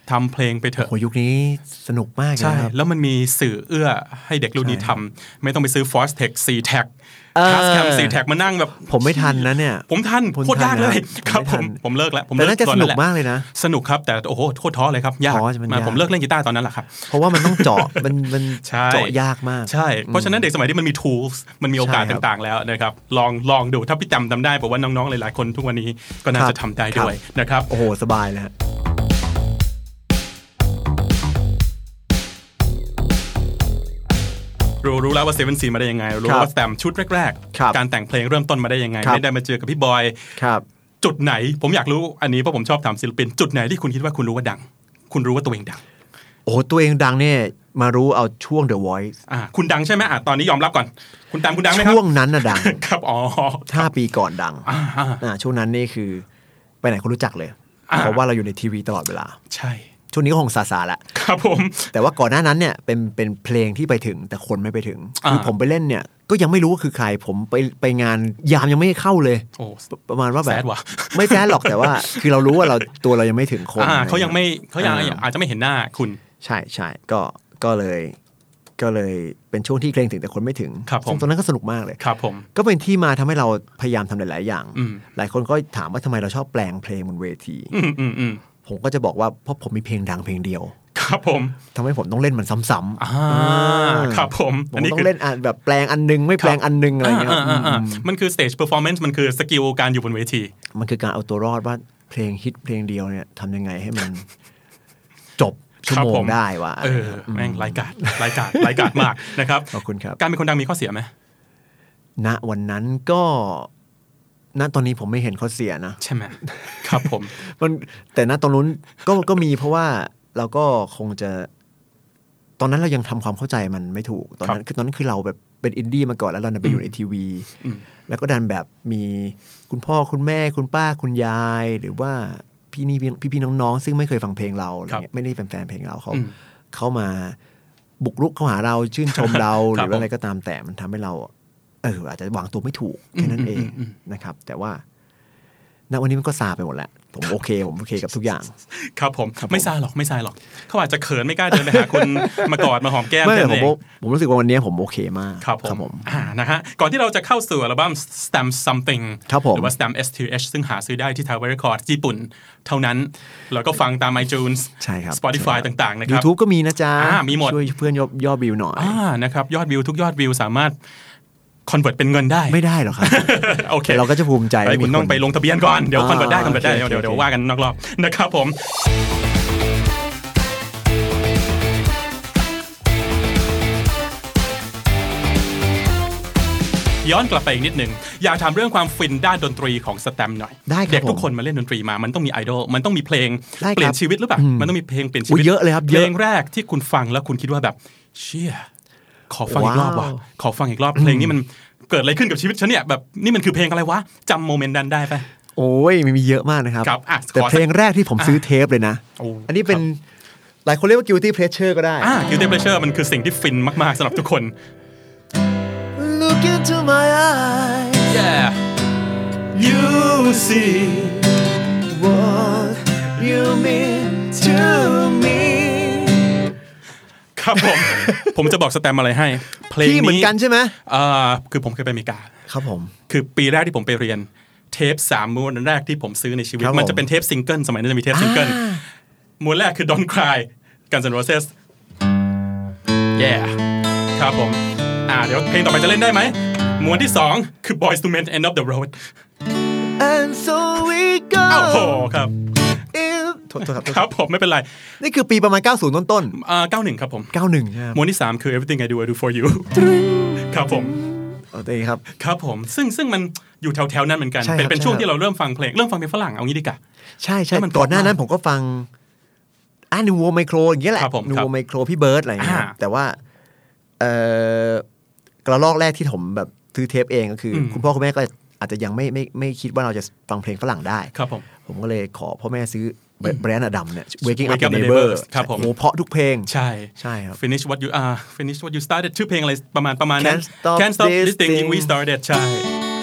ทำเพลงไปเถอะโอ้ยุคนี้สนุกมากเลยใช่แล้วมันมีสื่อเอื้อให้เด็กรุ่นนี้ทำไม่ต้องไปซื้อ Fostex ซี แท็ก Tascam ซี แท็ก มานั่งแบบผมไม่ทันนะเนี่ยผมทันโคตรยากเลยครับผมผมเลิกแล้วผมเลิกแต่น่าจะสนุกมากเลยนะสนุกครับแต่โอ้โหโคตรท้อเลยครับยากมาผมเลิกเล่นกีตาร์ตอนนั้นแหละครับเพราะว่ามันต้องเจาะมันมันเจาะยากมากใช่เพราะฉะนั้นเด็กสมัยนี้มันมี tools มันมีโอกาสต่างๆแล้วนะครับลองลองดูถ้าพี่จำทำได้ผมว่าน้องๆหลายๆคนทุกวันนี้ก็น่าจะทำได้ด้วยนะครับโอ้โหสบายเลยรู้รู้แล้วว่าเซเว่นซีมาได้ยังไงรู้ว่าแตมชุดแรกๆการแต่งเพลงเริ่มต้นมาได้ยังไงไม่ได้มาเจอกับพี่บอยจุดไหนผมอยากรู้อันนี้เพราะผมชอบถามศิลปินจุดไหนที่คุณคิดว่าคุณรู้ว่าดังคุณรู้ว่าตัวเองดังโอ้ตัวเองดังเนี่ยมารู้เอาช่วง The Voice อ่าคุณดังใช่ไหมอ่ะตอนนี้ยอมรับก่อนคุณตามคุณดังไหมครับช่วงนั้นน่ะดังครับอ๋อห้าปีก่อนดังอ่าช่วงนั้นนี่คือไปไหนคนรู้จักเลยเพราะว่าเราอยู่ในทีวีตลอดเวลาใช่ช่วงนี้ก็คงซาซาละครับผมแต่ว่าก่อนหน้านั้นเนี่ยเป็นเป็นเพลงที่ไปถึงแต่คนไม่ไปถึงคือผมไปเล่นเนี่ยก็ยังไม่รู้ว่าคือใครผมไปไปงานยามยังไม่เข้าเลยประมาณว่าแบบไม่แซดหรอกแต่ว่าคือเรารู้ว่าเราตัวเรายังไม่ถึงคนเขายังไม่เขายังอาจจะไม่เห็นหน้าคุณใช่ใช่ก็ก็เลยก็เลยเป็นช่วงที่เกรงถึงแต่คนไม่ถึงซึ่งตอนนั้นก็สนุกมากเลยครับผมก็เป็นที่มาทำให้เราพยายามทำหลายๆอย่างหลายคนก็ถามว่าทำไมเราชอบแปลงเพลงบนเวทีผมก็จะบอกว่าเพราะผมมีเพลงดังเพลงเดียวครับผมทำให้ผมต้องเล่นมันซ้ำๆอ่าครับผมผมต้องเล่นอ่านแบบแปลงอันนึงไม่แปลงอันนึงอะไรเงี้ยมันคือ stage performance มันคือสกิลการอยู่บนเวทีมันคือการเอาตัวรอดว่าเพลงฮิตเพลงเดียวเนี่ยทำยังไงให้มันจบชั่วโมงได้วะเออแม่งรายการรายการรายการมากนะครับขอบคุณครับการเป็นคนดังมีข้อเสียไหมณวันนั้นก็ณตอนนี้ผมไม่เห็นข้อเสียนะใช่ไหมครับผมมันแต่ณตรงนู้นก็ก็มีเพราะว่าเราก็คงจะตอนนั้นเรายังทำความเข้าใจมันไม่ถูกตอนนั้นคือตอนนั้นคือเราแบบเป็นอินดี้มาก่อนแล้วเราไปอยู่ในทีวีแล้วก็ดันแบบมีคุณพ่อคุณแม่คุณป้าคุณยายหรือว่าพี่นี่พี่พี่น้องๆซึ่งไม่เคยฟังเพลงเราอะไรเงี้ยไม่ได้เป็นแฟนเพลงเราเขาเข้ามาบุกรุกเข้าหาเราชื่นชมเราหรืออะไรก็ตามแต่มันทำให้เราเอออาจจะวางตัวไม่ถูกแค่นั้นเองนะครับแต่ว่าณวันนี้มันก็ซาไปหมดแล้วผมโอเคผมโอเคกับทุกอย่างครับผมไม่ซาหรอกไม่ซาหรอกเขาอาจจะเขินไม่กล้าเดินไปหาคุณมากอดมาหอมแก้มไม่ผมผมรู้สึกว่าวันนี้ผมโอเคมากครับผมอ่านะฮะก่อนที่เราจะเข้าสู่อัลบั้ม Stamp Something หรือว่า Stamp เอส ที เอช ซึ่งหาซื้อได้ที่ Tower Records ญี่ปุ่นเท่านั้นแล้วก็ฟังตาม iTunes ใช่ครับ Spotify ต่างๆนะครับ YouTube ก็มีนะจ๊ะมีหมดช่วยเพื่อนยอดวิวหน่อยอ่านะครับยอดวิวทุกยอดวิวสามารถคอนเวิร์ตเป็นเงินได้ไม่ได้หรอกครับโอเคเราก็จะภูมิใจไอ้คุณต้องไปลงทะเบียนก่อนเดี๋ยวคอนเวิร์ตได้คอนเวิร์ตได้เดี๋ยวเดี๋ยวว่ากันนอกรอบนะครับผมย้อนกลับไปอีกนิดนึงอยากถามเรื่องความฟินด้านดนตรีของสแตมป์หน่อยเด็กทุกคนมาเล่นดนตรีมามันต้องมีไอดอลมันต้องมีเพลงเปลี่ยนชีวิตหรือเปล่ามันต้องมีเพลงเปลี่ยนชีวิตเยอะเลยครับเพลงแรกที่คุณฟังแล้วคุณคิดว่าแบบเชี่ยขอฟังอีกรอบว่ะขอฟังอีกรอบเพลงนี้มันเกิดอะไรขึ้นกับชีวิตฉันเนี่ยแบบนี่มันคือเพลงอะไรวะจำโมเมนต์นั้นได้ปะโอ้ยมีเยอะมากนะครับแต่เพลงแรกที่ผมซื้อเทปเลยนะอันนี้เป็นหลายคนเรียกว่า guilty pleasure ก็ได้อ่า guilty pleasure มันคือสิ่งที่ฟินมากๆสำหรับทุกคน Look into my eyes yeah you see what you mean to me ครับผมผมจะบอกสแตมป์อะไรให้เพลงนี้เหมือนกันใช่ไหมอ่าคือผมเคยไปอเมริกาครับผมคือปีแรกที่ผมไปเรียนเทปสามม้วนแรกที่ผมซื้อในชีวิตมันจะเป็นเทปซิงเกิลสมัยนั้นจะมีเทปซิงเกิลม้วนแรกคือ Don't Cry Guns N' Roses yeah ครับผมอ่าเดี๋ยวเพลงต่อไปจะเล่นได้ไหมม้วนที่สองคือ Boyz two Men End of the Road and so we go อ้าวโหครับโทษครับครับผมไม่เป็นไรนี่คือปีประมาณเก้าสิบต้นๆอ่าเก้าสิบเอ็ดครับผมเก้าสิบเอ็ดใช่ม้วนที่สามคือ Everything I Do I Do For You ครับผมโอเคครับครับผมซึ่งซึ่งมันอยู่แถวๆนั้นเหมือนกันเป็นเป็นช่วงที่เราเริ่มฟังเพลงเริ่มฟังเพลงฝรั่งเอางี้ดีกว่าใช่ใช่ก่อนหน้านั้นผมก็ฟังอ่านิวโวไมโครอย่างเงี้ยแหละนิวโวไมโครพี่เบิร์ดอะไรอย่างเงี้ยแต่ว่าเอ่อกระลอกแรกที่ผมแบบซื้อเทปเองก็คือคุณพ่อคุณแม่ก็อาจจะยังไม่ไม่ไม่คิดว่าเราจะฟังเพลงฝรั่งได้ครับผมผมก็เลยขอพ่อแม่ซื้อแบรนด์อดัมเนี่ย Waking Up the Neighbors ครับผมโอ้เพราะทุกเพลงใช่ใช่ครับ Finish what you are Finish what you started ชื่อเพลงอะไรประมาณประมาณนั้น Can't Stop This Thing We Started ใช่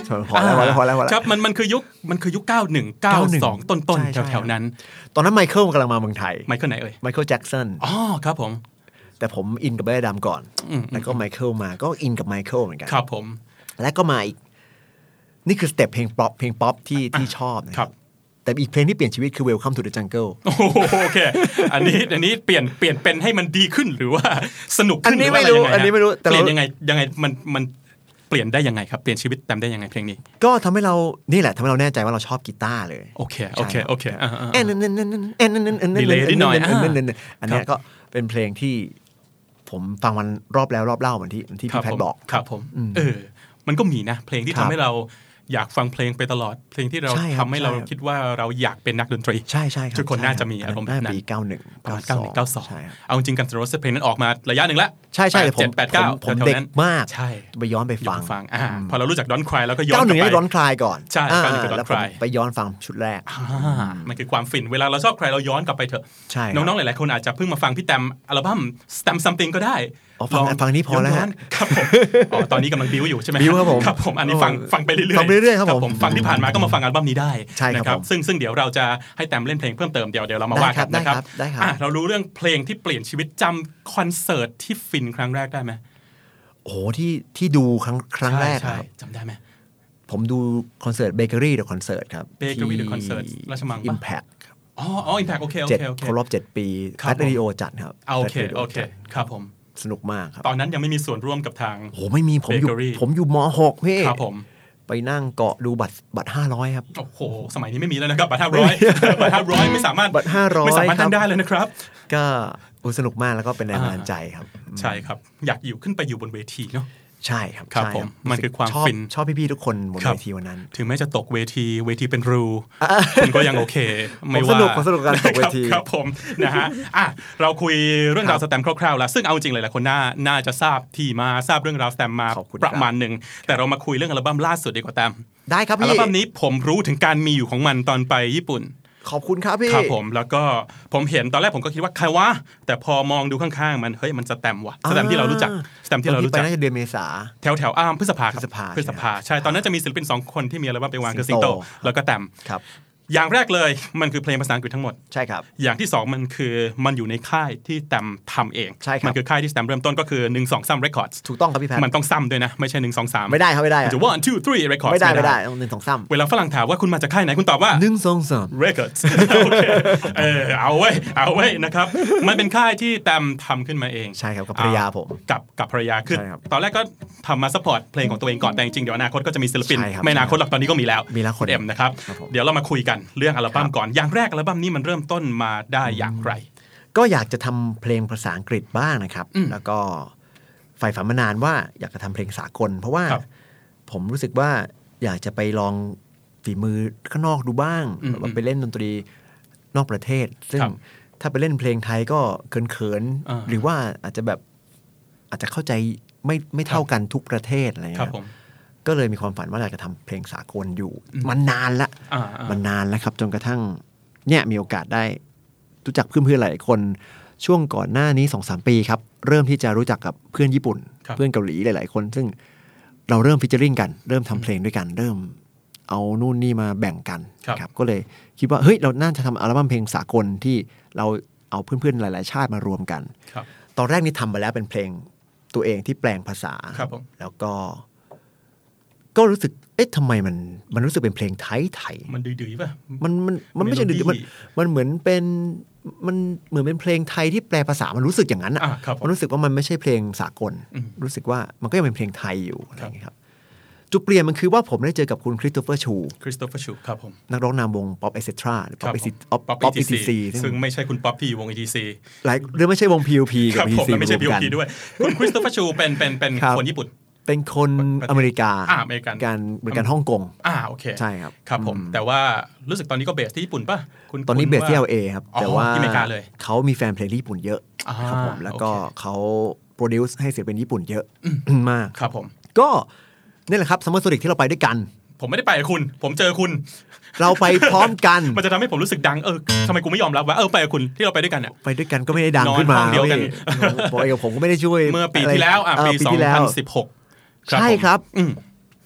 พอแล้วพอแล้วพอแล้วครับมันมันคือยุคมันคือยุคเก้าสิบเอ็ด เก้าสิบสองต้นๆแถวๆนั้นตอนนั้นไมเคิลกำลังมาเมืองไทยไมเคิลไหนเอ่ยไมเคิลแจ็คสันอ๋อครับผมแต่ผมอินกับแบร์ดำก่อนแล้วก็ไมเคิลมาก็อินกับไมเคิลเหมือนกันครับผมและก็มาอีกนี่คือสเต็ปเพลงป๊อปเพลงป๊อปที่ที่ชอบนะครับแต่อีกเพลงที่เปลี่ยนชีวิตคือ Welcome to the Jungle โอเคอันนี้อันนี้เปลี่ยนเปลี่ยนเป็นให้มันดีขึ้นหรือว่าสนุกขึ้นอันนี้ไม่รู้อันนี้ไม่รู้แต่เปลี่ยนยังไงยังไงมันมันเปลี่ยนได้ยังไงครับเปลี่ยนชีวิตแต้มได้ยังไงเพลงนี้ก็ทำให้เรานี่แหละทำให้เราแน่ใจว่าเราชอบกีตาร์เลยโอเคโอเคโอเคอ่าเอ็นเอ็นเอ็นเอ็นเอ็นเอ็นเอ็นเอ็นดีเลยนิดหน่อยอันนี้ก็เป็นเพลงที่ผมฟังวันรอบแล้วรอบเล่าเหมือนที่ที่พี่แพทบอกครับผมเออมันก็มีนะเพลงที่ทำให้เราอยากฟังเพลงไปตลอดเพลงที่เราทำให้เราคิดว่าเราอยากเป็นนักดนตรีใช่ใช่ทุกคนน่าจะมีอารมณ์นั้นปีเก้าสิบเอ็ดเก้าสิบเก้า เก้าสิบสองเอาจริงกันโรสเพลงนั้นออกมาระยะหนึ่งแล้วใช่ใช่ผมแปด เก้าผมเด็กมากใช่ไปย้อนไปฟังฟังอ่าพอเรารู้จัก Don't Cry แล้วก็ย้อนกลับไปเก้าสิบเอ็ด Don't Cry ก่อนใช่เก้าสิบเอ็ด Don't Cry ไปย้อนฟังชุดแรกมันคือความฟินเวลาเราชอบใครเราย้อนกลับไปเถอะน้องๆหลายๆคนอาจจะเพิ่งมาฟังพี่แต้มอัลบั้ม Stamp Something ก็ได้ฟังฟังนี้พอแล้วครับผมอ๋อตอนนี้กำลังบิวอยู่ใช่ไหมบิวครับผมครับผมอันนี้ฟังฟังไปเรื่อยๆฟังไปเรื่อยๆครับผมฟังที่ผ่านมาก็มาฟังอัลบั้มนี้ได้นะครับซึ่งซึ่งเดี๋ยวเราจะให้แต้มเล่นเพลงเพิ่มเติมเดี๋ยวเดี๋ยวเรามาว่ากันนะครับเรารู้เรื่องเพลงที่เปลี่ยนชีวิตจำคอนเสิร์ตที่ฟินครั้งแรกได้ไหมโอ้ที่ที่ดูครั้งครั้งแรกครับจำได้ไหมผมดูคอนเสิร์ตเบเกอรี่เดอะคอนเสิร์ตครับเบเกอรี่เดอะคอนเสิร์ตราชมังอิมแพคอ๋ออ๋ออิมแพคโอเคโอเคโอเคครบรอบเจ็ดปีแพทเรดิโอจัดครับโอเคโอเคครับผมสนุกมากครับตอนนั้นยังไม่มีส่วนร่วมกับทางโอ้ไม่มีผมอยู่ผมอยู่ม.หกพี่ครับผมไปนั่งเกาะดูบัตรบัตรห้าร้อยครับโอ้โหสมัยนี้ไม่มีแล้วนะครับบัตรห้าร้อยบัตรห้าร้อยไม่สามารถบัตรห้าร้อยไม่สามารถนั่งได้เลยนะครับก็สนุกมากแล้วก็เป็นแรงบันดาลใจครับใช่ครับอยากอยู่ขึ้นไปอยู่บนเวทีเนาะใช่ครับครับผมมันคือความฟินชอบพี่ๆทุกคนบนเวทีวันนั้นถึงแม้จะตกเวทีเวทีเป็นรูคุณก็ยังโอเคไม่ว่าสนุกสนุกการตกเวทีครับผมนะฮะอ่ะเราคุยเรื่องราวสแตมป์คร่าวๆแล้วซึ่งเอาจริงเลยหลายคนน่าน่าจะทราบที่มาทราบเรื่องราวสแตมป์มาประมาณนึงแต่เรามาคุยเรื่องอัลบั้มล่าสุดดีกว่าแตมได้ครับพี่อัลบั้มนี้ผมรู้ถึงการมีอยู่ของมันตอนไปญี่ปุ่นขอบคุณครับพี่ครับผมแล้วก็ผมเห็นตอนแรกผมก็คิดว่าใครวะแต่พอมองดูข้างๆมันเฮ้ยมันสแตมป์ว่ะสแตมป์ที่เรารู้จักสแตมป์ที่เรารู้จักน่าจะเดือนเมษาแถวแถวอ้ามพฤษภาพฤษภาพฤษภาใช่ตอนนั้นจะมีศิลปินสองคนที่มีอัลบั้มไปวางคือสิงโตแล้วก็แตมครับอย่างแรกเลยมันคือเพลงภาษาอังกฤษทั้งหมดใช่ครับอย่างที่สองมันคือมันอยู่ในค่ายที่แตมทำเองมันคือค่ายที่แตมเริ่มต้นก็คือหนึ่ง สอง สาม Records ถูกต้องครับพี่แพทมันต้องซ้ำด้วยนะไม่ใช่หนึ่ง สอง สามไม่ได้ครับไม่ได้จะ one two three Records ไม่ได้ไม่ได้ต้องหนึ่ง สอง สามเวลาฝรั่งถามว่าคุณมาจากค่ายไหนคุณตอบว่าหนึ่ง สอง สาม Records โอเคเออเอาไว้เอาไว้นะครับมันเป็นค่ายที่แตมทำขึ้นมาเองใช่ครับกับภรรยาผมกับกับภรรยาคือตอนแรกก็ทำมาซัพพอร์ตเพลงของตัวเองก่อนแต่จริงๆเดี๋ยวอนาคตก็จะมีศิลปินไม่อนาคตหรอกตอนนี้ก็มีแล้วมีแล้วคนเอ็มนะครับเดี๋ยวเรามาคุยกันเรื่องอัลบั้มก่อนอย่างแรกอัลบั้มนี้มันเริ่มต้นมาได้อย่างไรก็อยากจะทำเพลงภาษาอังกฤษบ้างนะครับแล้วก็ใฝ่ฝันมานานว่าอยากจะทำเพลงสากลเพราะว่าผมรู้สึกว่าอยากจะไปลองฝีมือข้างนอกดูบ้างแบบไปเล่นดนตรีนอกประเทศซึ่งถ้าไปเล่นเพลงไทยก็เขินๆหรือว่าอาจจะแบบอาจจะเข้าใจไม่ไม่เท่ากันทุกประเทศอะไรอย่างเงี้ยก็เลยมีความฝันว่าอยากจะทำเพลงสากลอยู่มันนานละมันนานแล้วครับจนกระทั่งเนี่ยมีโอกาสได้รู้จักเพื่อนๆหลายคนช่วงก่อนหน้านี้ สองสาม ปีครับเริ่มที่จะรู้จักกับเพื่อนญี่ปุ่นเพื่อนเกาหลีหลายๆคนซึ่งเราเริ่มฟีเจอริ่งกันเริ่มทำเพลงด้วยกันเริ่มเอานู่นนี่มาแบ่งกันครับก็เลยคิดว่าเฮ้ยเราน่าจะทำอัลบั้มเพลงสากลที่เราเอาเพื่อนๆหลายๆชาติมารวมกันตอนแรกนี่ทำไปแล้วเป็นเพลงตัวเองที่แปลงภาษาแล้วก็ก็รู้สึกเอ๊ะทำไมมันมันรู้สึกเป็นเพลงไทยไทยมันดื้อๆป่ะมันมันมันไม่ใช่ดื้อมันมันเหมือนเป็นมันเหมือนเป็นเพลงไทยที่แปลภาษามันรู้สึกอย่างนั้นอ่ะมันรู้สึกว่ามันไม่ใช่เพลงสากลรู้สึกว่ามันก็ยังเป็นเพลงไทยอยู่อะไรอย่างเงี้ยครับจุดเปลี่ยนมันคือว่าผมได้เจอกับคุณคริสโตเฟอร์ชูคริสโตเฟอร์ชูครับผมนักร้องนำวง Pop เอ ซี ที หรือ Pop ป๊อป อี ที ซี ซึ่งไม่ใช่คุณป๊อปที่อยู่วง อี ที ซีหลายหรือไม่ใช่วง พี ยู พี กับอี ที ซี ไม่ใช่ พี ยู พี ด้วยคุณคริสโตเฟอร์ชูเป็นเป็นเป็นคนญี่ปุ่นเป็นคนอเมริกาอ่าอเมริกันการบริการฮ่องกงอ่าโอเคใช่ครับครับผมแต่ว่ารู้สึกตอนนี้ก็เบสที่ญี่ปุ่นป่ะคุณตอนนี้เบสที่ แอล เอ ครับแต่ว่าที่อเมริกาเลยเขามีแฟนเพลงที่ญี่ปุ่นเยอะครับผมแล้วก็เขาโปรดิวซ์ให้ศิลปินญี่ปุ่นเยอะมากครับผมก็นี่แหละครับซัมเมอร์โซนิกที่เราไปด้วยกันผมไม่ได้ไปกับคุณผมเจอคุณเราไปพร้อมกันมันจะทำให้ผมรู้สึกดังเออทำไมกูไม่ยอมรับวะเออไปกับคุณที่เราไปด้วยกันเนี่ยไปด้วยกันก็ไม่ได้ดังขึ้นมาเดียวกันบอกไอ้กับผมก็ไม่ได้ช่วยเมื่อปีที่แล้วอ่ะปีสองพันสิบหกใช่ครับ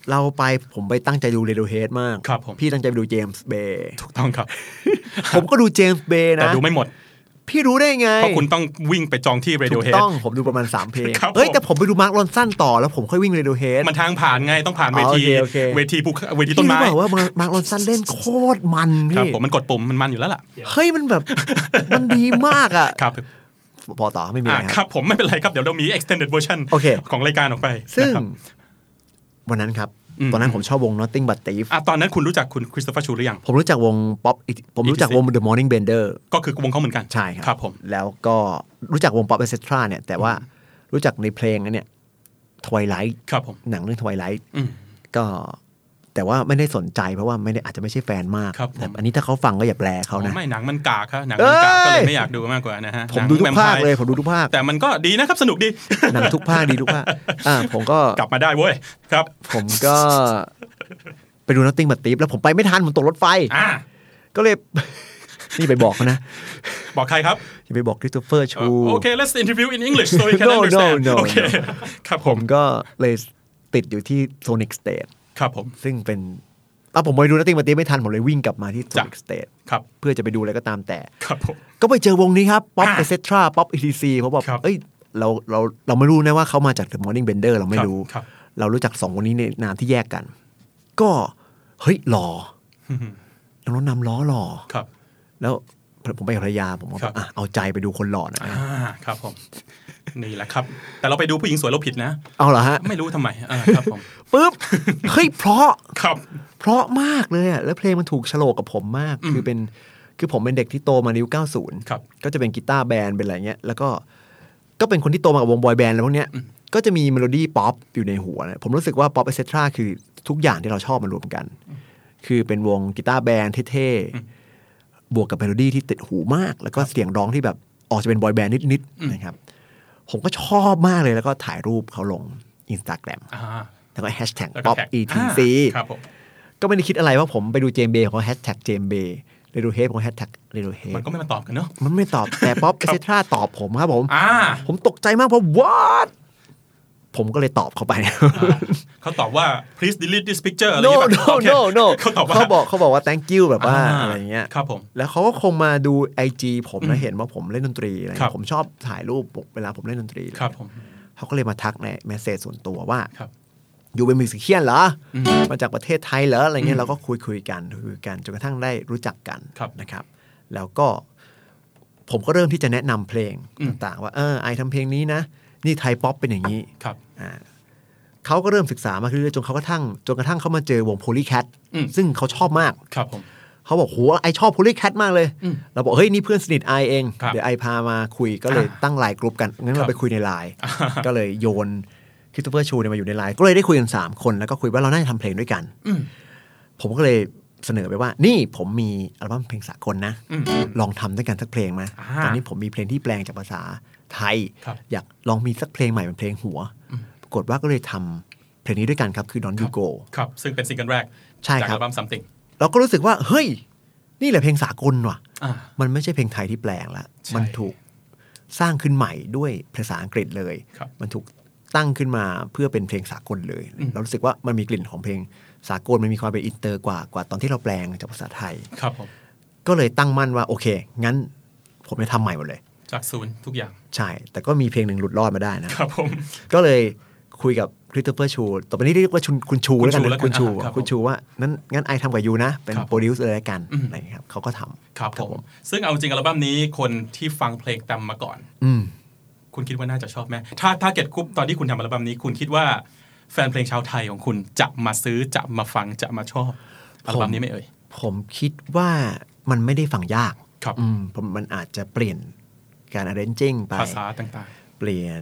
เราไปผมไปตั้งใจดู Radiohead มากครับผมพี่ตั้งใจไปดูเจมส์เบย์ถูกต้องครับผมก็ดูเจมส์เบย์นะแต่ดูไม่หมดพี่รู้ได้ไงเพราะคุณต้องวิ่งไปจองที่ Radiohead ถูกต้องผมดูประมาณสามเพลงเฮ้ยแต่ผมไปดูมาร์ค รอนสันต่อแล้วผมค่อยวิ่ง Radiohead มันทางผ่านไงต้องผ่านเวทีเวทีภูเวทีต้นไม้พี่รู้ป่าวว่ามาร์ค รอนสันเล่นโคตรมันพี่ครับผมมันกดปุ่มมันมันอยู่แล้วล่ะเฮ้ยมันแบบมันดีมากอ่ะครับพอต่อไม่มีอะไรครับผมไม่เป็นไรครับเดี๋ยวเรามี extended version ของรายการออกไปซึ่งวันนั้นครับตอนนั้นผมชอบวง Nothing But Thieves อ่ะตอนนั้นคุณรู้จักคุณคริสโตเฟอร์ชูหรือยังผมรู้จักวงป๊อปผมรู้จักวง The Morning Bender ก็คือวงเขาเหมือนกันใช่ครับผมแล้วก็รู้จักวง Pop เอท ซี เนี่ยแต่ว่ารู้จักในเพลงนั้นเนี่ย Twilight ครับผมหนังเรื่อง Twilight ก็แต่ว่าไม่ได้สนใจเพราะว่าไม่ได้อาจจะไม่ใช่แฟนมากแต่อันนี้ถ้าเขาฟังก็อย่าแปลเขานะไม่หนังมันกากครับหนังมันกากก็เลยไม่อยากดูมากกว่านะฮะผมดูทุกภาคเลยผมดูทุกภาคแต่มันก็ดีนะครับสนุกดีหนังทุกภาคดีทุกภาคอ่าผมก็กลับมาได้เว้ยครับผมก็ไปดู Nothing But Thieves แล้วผมไปไม่ทันผมตกรถไฟก็เลยนี่ไปบอกเขานะบอกใครครับอย่าไปบอกคริสโตเฟอร์ชูโอเค let's interview in English so we can understand โอเคครับผมก็เลยติดอยู่ที่ Sonic Stage ครับผมซึ่งเป็นอ่ะผมไปดู Nothing But Thieves ไม่ทันผมเลยวิ่งกลับมาที่ Sonic Stage ครับเพื่อจะไปดูอะไรก็ตามแต่ครับผมก็ไปเจอวงนี้ครับ Pop เอท ซี Pop อี ที ซี เพราะแบบเอ้ยเราเราเราไม่รู้นะว่าเขามาจาก The Morning Bender เราไม่รู้เรารู้จักสองคนนี้ในนามที่แยกกันก็เฮ้ยหล่อน้องนำล้อหล่อครับแล้วผมไปกับภรรยาผมก็อ่ะเอาใจไปดูคนหล่อนะครับผมนี่แหละครับแต่เราไปดูผู้หญิงสวยเราผิดนะเอาเหรอฮะไม่รู้ทำไมครับผมปึ๊บเฮ้ยเพราะครับเพราะมากเลยอ่ะแล้วเพลงมันถูกโฉลกกับผมมากคือเป็นคือผมเป็นเด็กที่โตมาในยุคเก้าสิบครับก็จะเป็นกีตาร์แบนด์เป็นอะไรเงี้ยแล้วก็ก็เป็นคนที่โตมากับวงบอยแบนด์แล้วพวกเนี้ยก็จะมีเมโลดี้ป๊อปอยู่ในหัวนะผมรู้สึกว่าป๊อปเอท ซี คือทุกอย่างที่เราชอบมารวมกันคือเป็นวงกีตาร์แบนด์เท่ๆบวกกับเมโลดี้ที่ติดหูมากแล้วก็เสียงร้องที่แบบออกจะเป็นบอยแบนด์นิดๆนะครับผมก็ชอบมากเลยแล้วก็ถ่ายรูปเขาลง Instagram แล้วก็แฮชแท็ก ป๊อป อี ที ซี ก็ไม่ได้คิดอะไรว่าผมไปดูเจมเบย์ของแฮชแท็กเจมเบย์เรโดเฮดของแฮชแท็กเรโดเฮดมันก็ไม่มาตอบกันเนาะมันไม่ตอบแต่ป๊อปเอท ซี ตอบผมครับผมผมตกใจมากเพราะ whatผมก็เลยตอบเขาไปเขาตอบว่า please delete this picture อะไร no no no no เขาตอบว่าเขาบอกเขาบอกว่า thank you แบบว่าอะไรเงี้ยครับผมแล้วเขาก็คงมาดู ไอ จี ผมแล้วเห็นว่าผมเล่นดนตรีอะไรผมชอบถ่ายรูปเวลาผมเล่นดนตรีครับผมเขาก็เลยมาทักในเมสเสจส่วนตัวว่าอยู่เป็นมิวสิเชียนเหรอมาจากประเทศไทยเหรออะไรเงี้ยเราก็คุยคุยกันคุยกันจนกระทั่งได้รู้จักกันนะครับแล้วก็ผมก็เริ่มที่จะแนะนำเพลงต่างๆว่าเออไอทำเพลงนี้นะนี่ไทยป๊อปเป็นอย่างนี้อ่าเขาก็เริ่มศึกษามาเรื่อยๆจนเขากระทั่งจนกระทั่งเขามาเจอวง Polycat ซึ่งเขาชอบมากครับผมเขาบอกโหไอชอบ Polycat มากเลยเราบอกเฮ้ยนี่เพื่อนสนิทไอเองเดี๋ยวไอพามาคุยก็เลยตั้งไลน์กลุ่มกันงั้นเราไปคุยในไลน์ก็เลยโยนคริสโตเฟอร์ชูเนี่ยมาอยู่ในไลน์ก็เลยได้คุยกันสามคนแล้วก็คุยว่าเราน่าจะทำเพลงด้วยกันผมก็เลยเสนอไปว่านี่ผมมีอัลบั้มเพลงสากลนะลองทำด้วยกันสักเพลงไหมตอนนี้ผมมีเพลงที่แปลงจากภาษาไทยอยากลองมีสักเพลงใหม่เป็นเพลงหัวปรากฏว่าก็เลยทำเพลงนี้ด้วยกันครับคือ Don't You Go ครับซึ่งเป็นซิงเกิลแรกจากอัลบั้ม Something เราก็รู้สึกว่าเฮ้ยนี่แหละเพลงสากลว่ะมันไม่ใช่เพลงไทยที่แปลงแล้วมันถูกสร้างขึ้นใหม่ด้วยภาษาอังกฤษเลยมันถูกตั้งขึ้นมาเพื่อเป็นเพลงสากลเลยเรารู้สึกว่ามันมีกลิ่นของเพลงสากลมันมีความเป็นอินเตอร์กว่ากว่าตอนที่เราแปลงจากภาษาไทยครับผมก็เลยตั้งมั่นว่าโอเคงั้นผมจะทำใหม่หมดเลยจากศูนย์ทุกอย่างใช่แต่ก็มีเพลงหนึ่งหลุดรอดมาได้นะครับผมก็เลยคุยกับคริสโตเฟอร์ชูต่อไปนี้เรียกว่าคุณชูแล้วกันคุณชูคุณชูว่านั้นงั้นไอทำกับยูนะเป็นโปรดิวเซอร์แล้วกันอะไรครับเขาก็ทำครับผมซึ่งเอาจริงอัลบั้มนี้คนที่ฟังเพลงตามมาก่อนคุณคิดว่าน่าจะชอบไหมถ้าถ้าเกิดคุปตอนที่คุณทำอัลบั้มนี้คุณคิดว่าแฟนเพลงชาวไทยของคุณจะมาซื้อจะมาฟังจะมาชอบอัลบั้มนี้ไหมเอ่ยผมคิดว่ามันไม่ได้ฟังยากครับผมมันอาจจะเปลี่ยนการ arranging ไปภาษาต่างๆเปลี่ยน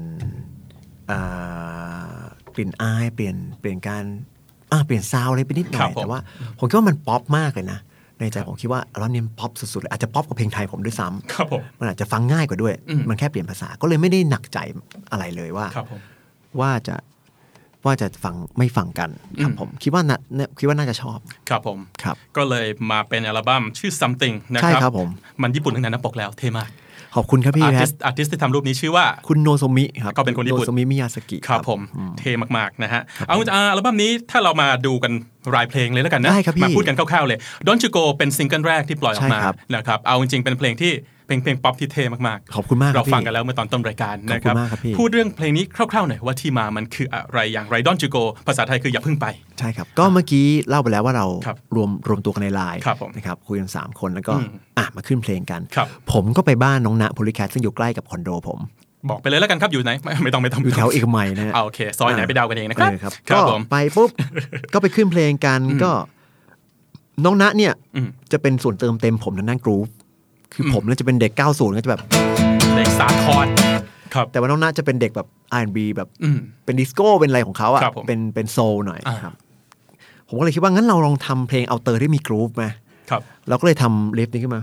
กลิ่นอายเปลี่ยนเปลี่ยนการเปลี่ยนซาวด์อะไรไปนิดหน่อยแต่ว่าผมคิดว่ามันป๊อปมากเลยนะในใจผมคิดว่าอัลบั้มนี้ป๊อปสุดๆเลยอาจจะป๊อปกว่าเพลงไทยผมด้วยซ้ำมันอาจจะฟังง่ายกว่าด้วยมันแค่เปลี่ยนภาษาก็เลยไม่ได้หนักใจอะไรเลยว่าว่าจะว่าจะฟังไม่ฟังกันครับผมคิดว่านะคิดว่าน่าจะชอบครับผมครับก็เลยมาเป็นอัลบั้มชื่อ Something นะครับใช่ครับผมมันญี่ปุ่นทั้งนั้นนะปกแล้วเท่มากขอบคุณครับพี่แพทอาร์ติสต์ที่ทำรูปนี้ชื่อว่าคุณโนโซมิครับก็เป็นคนญี่ปุ่นโนโซมิมิยาสกิครับผมเท่มากๆนะฮะเอาอัลบั้มนี้ถ้าเรามาดูกันรายเพลงเลยแล้วกันนะมาพูดกันคร่าวๆเลย Don't You Go เป็นซิงเกิลแรกที่ปล่อยออกมานะครับเอาจริงๆเป็นเพลงที่เพลงเพลงป๊อปที่เท่มากๆขอบคุณมากเราฟังกันแล้วเมื่อตอนต้นรายการนะครับพูดเรื่องเพลงนี้คร่าวๆหน่อยว่าที่มามันคืออะไรอย่างไร Don't You Go ภาษาไทยคืออย่าเพิ่งไปใช่ครับก็เมื่อกี้เล่าไปแล้วว่าเรารวมรวมตัวกันในไลน์นะครับคุยกันสามคนแล้วก็อ่ะมาขึ้นเพลงกันผมก็ไปบ้านน้องณโพลิแคทซึ่งอยู่ใกล้กับคอนโดผมบอกไปเลยแล้วกันครับอยู่ไหนไม่ต้องไม่ต้องอยู่แถวเอกมัยนะฮะโอเคซอยไหนไปเดากันเองนะครับก็ไปปุ๊บก็ไปขึ้นเพลงกันก็น้องณเนี่ยจะเป็นส่วนเติมเต็มผมทางด้านกรูฟคือผมเนี่ยจะเป็นเด็กเก้าสิบก็จะแบบเด็กสาครครับแต่ว่าน้องณจะเป็นเด็กแบบ อาร์ แอนด์ บี แบบเป็นดิสโก้เป็นอะไรของเขาอ่ะเป็นเป็นโซลหน่อยครับผมก็เลยคิดว่างั้นเราลองทำเพลงเอาเตอร์ที่มีกรูฟมั้ยครับเราก็เลยทำลิฟนี้ขึ้นมา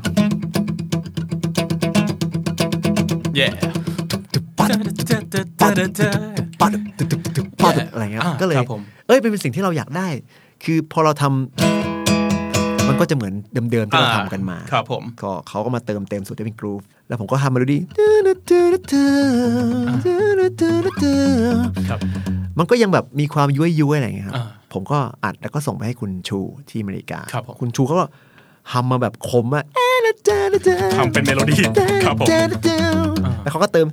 เย่ปัดปัดปัดปัดอะไรเงี้ยก็เลยเอ้ยเป็นสิ่งที่เราอยากได้คือพอเราทำมันก็จะเหมือนเดิมๆที่เราทำกันมาครับผมก็เขาก็มาเติมเต็มสุดที่เป็นกรูฟแล้วผมก็ทำเมโลดี้มันก็ยังแบบมีความย้วยๆอะไรอย่างเงี้ยครับผมก็อัดแล้วก็ส่งไปให้คุณชูที่อเมริกาคุณชูเขาก็ทำมาแบบคมอะทำเป็นเมโลดี้ครับผมแล้วเขาก็เติม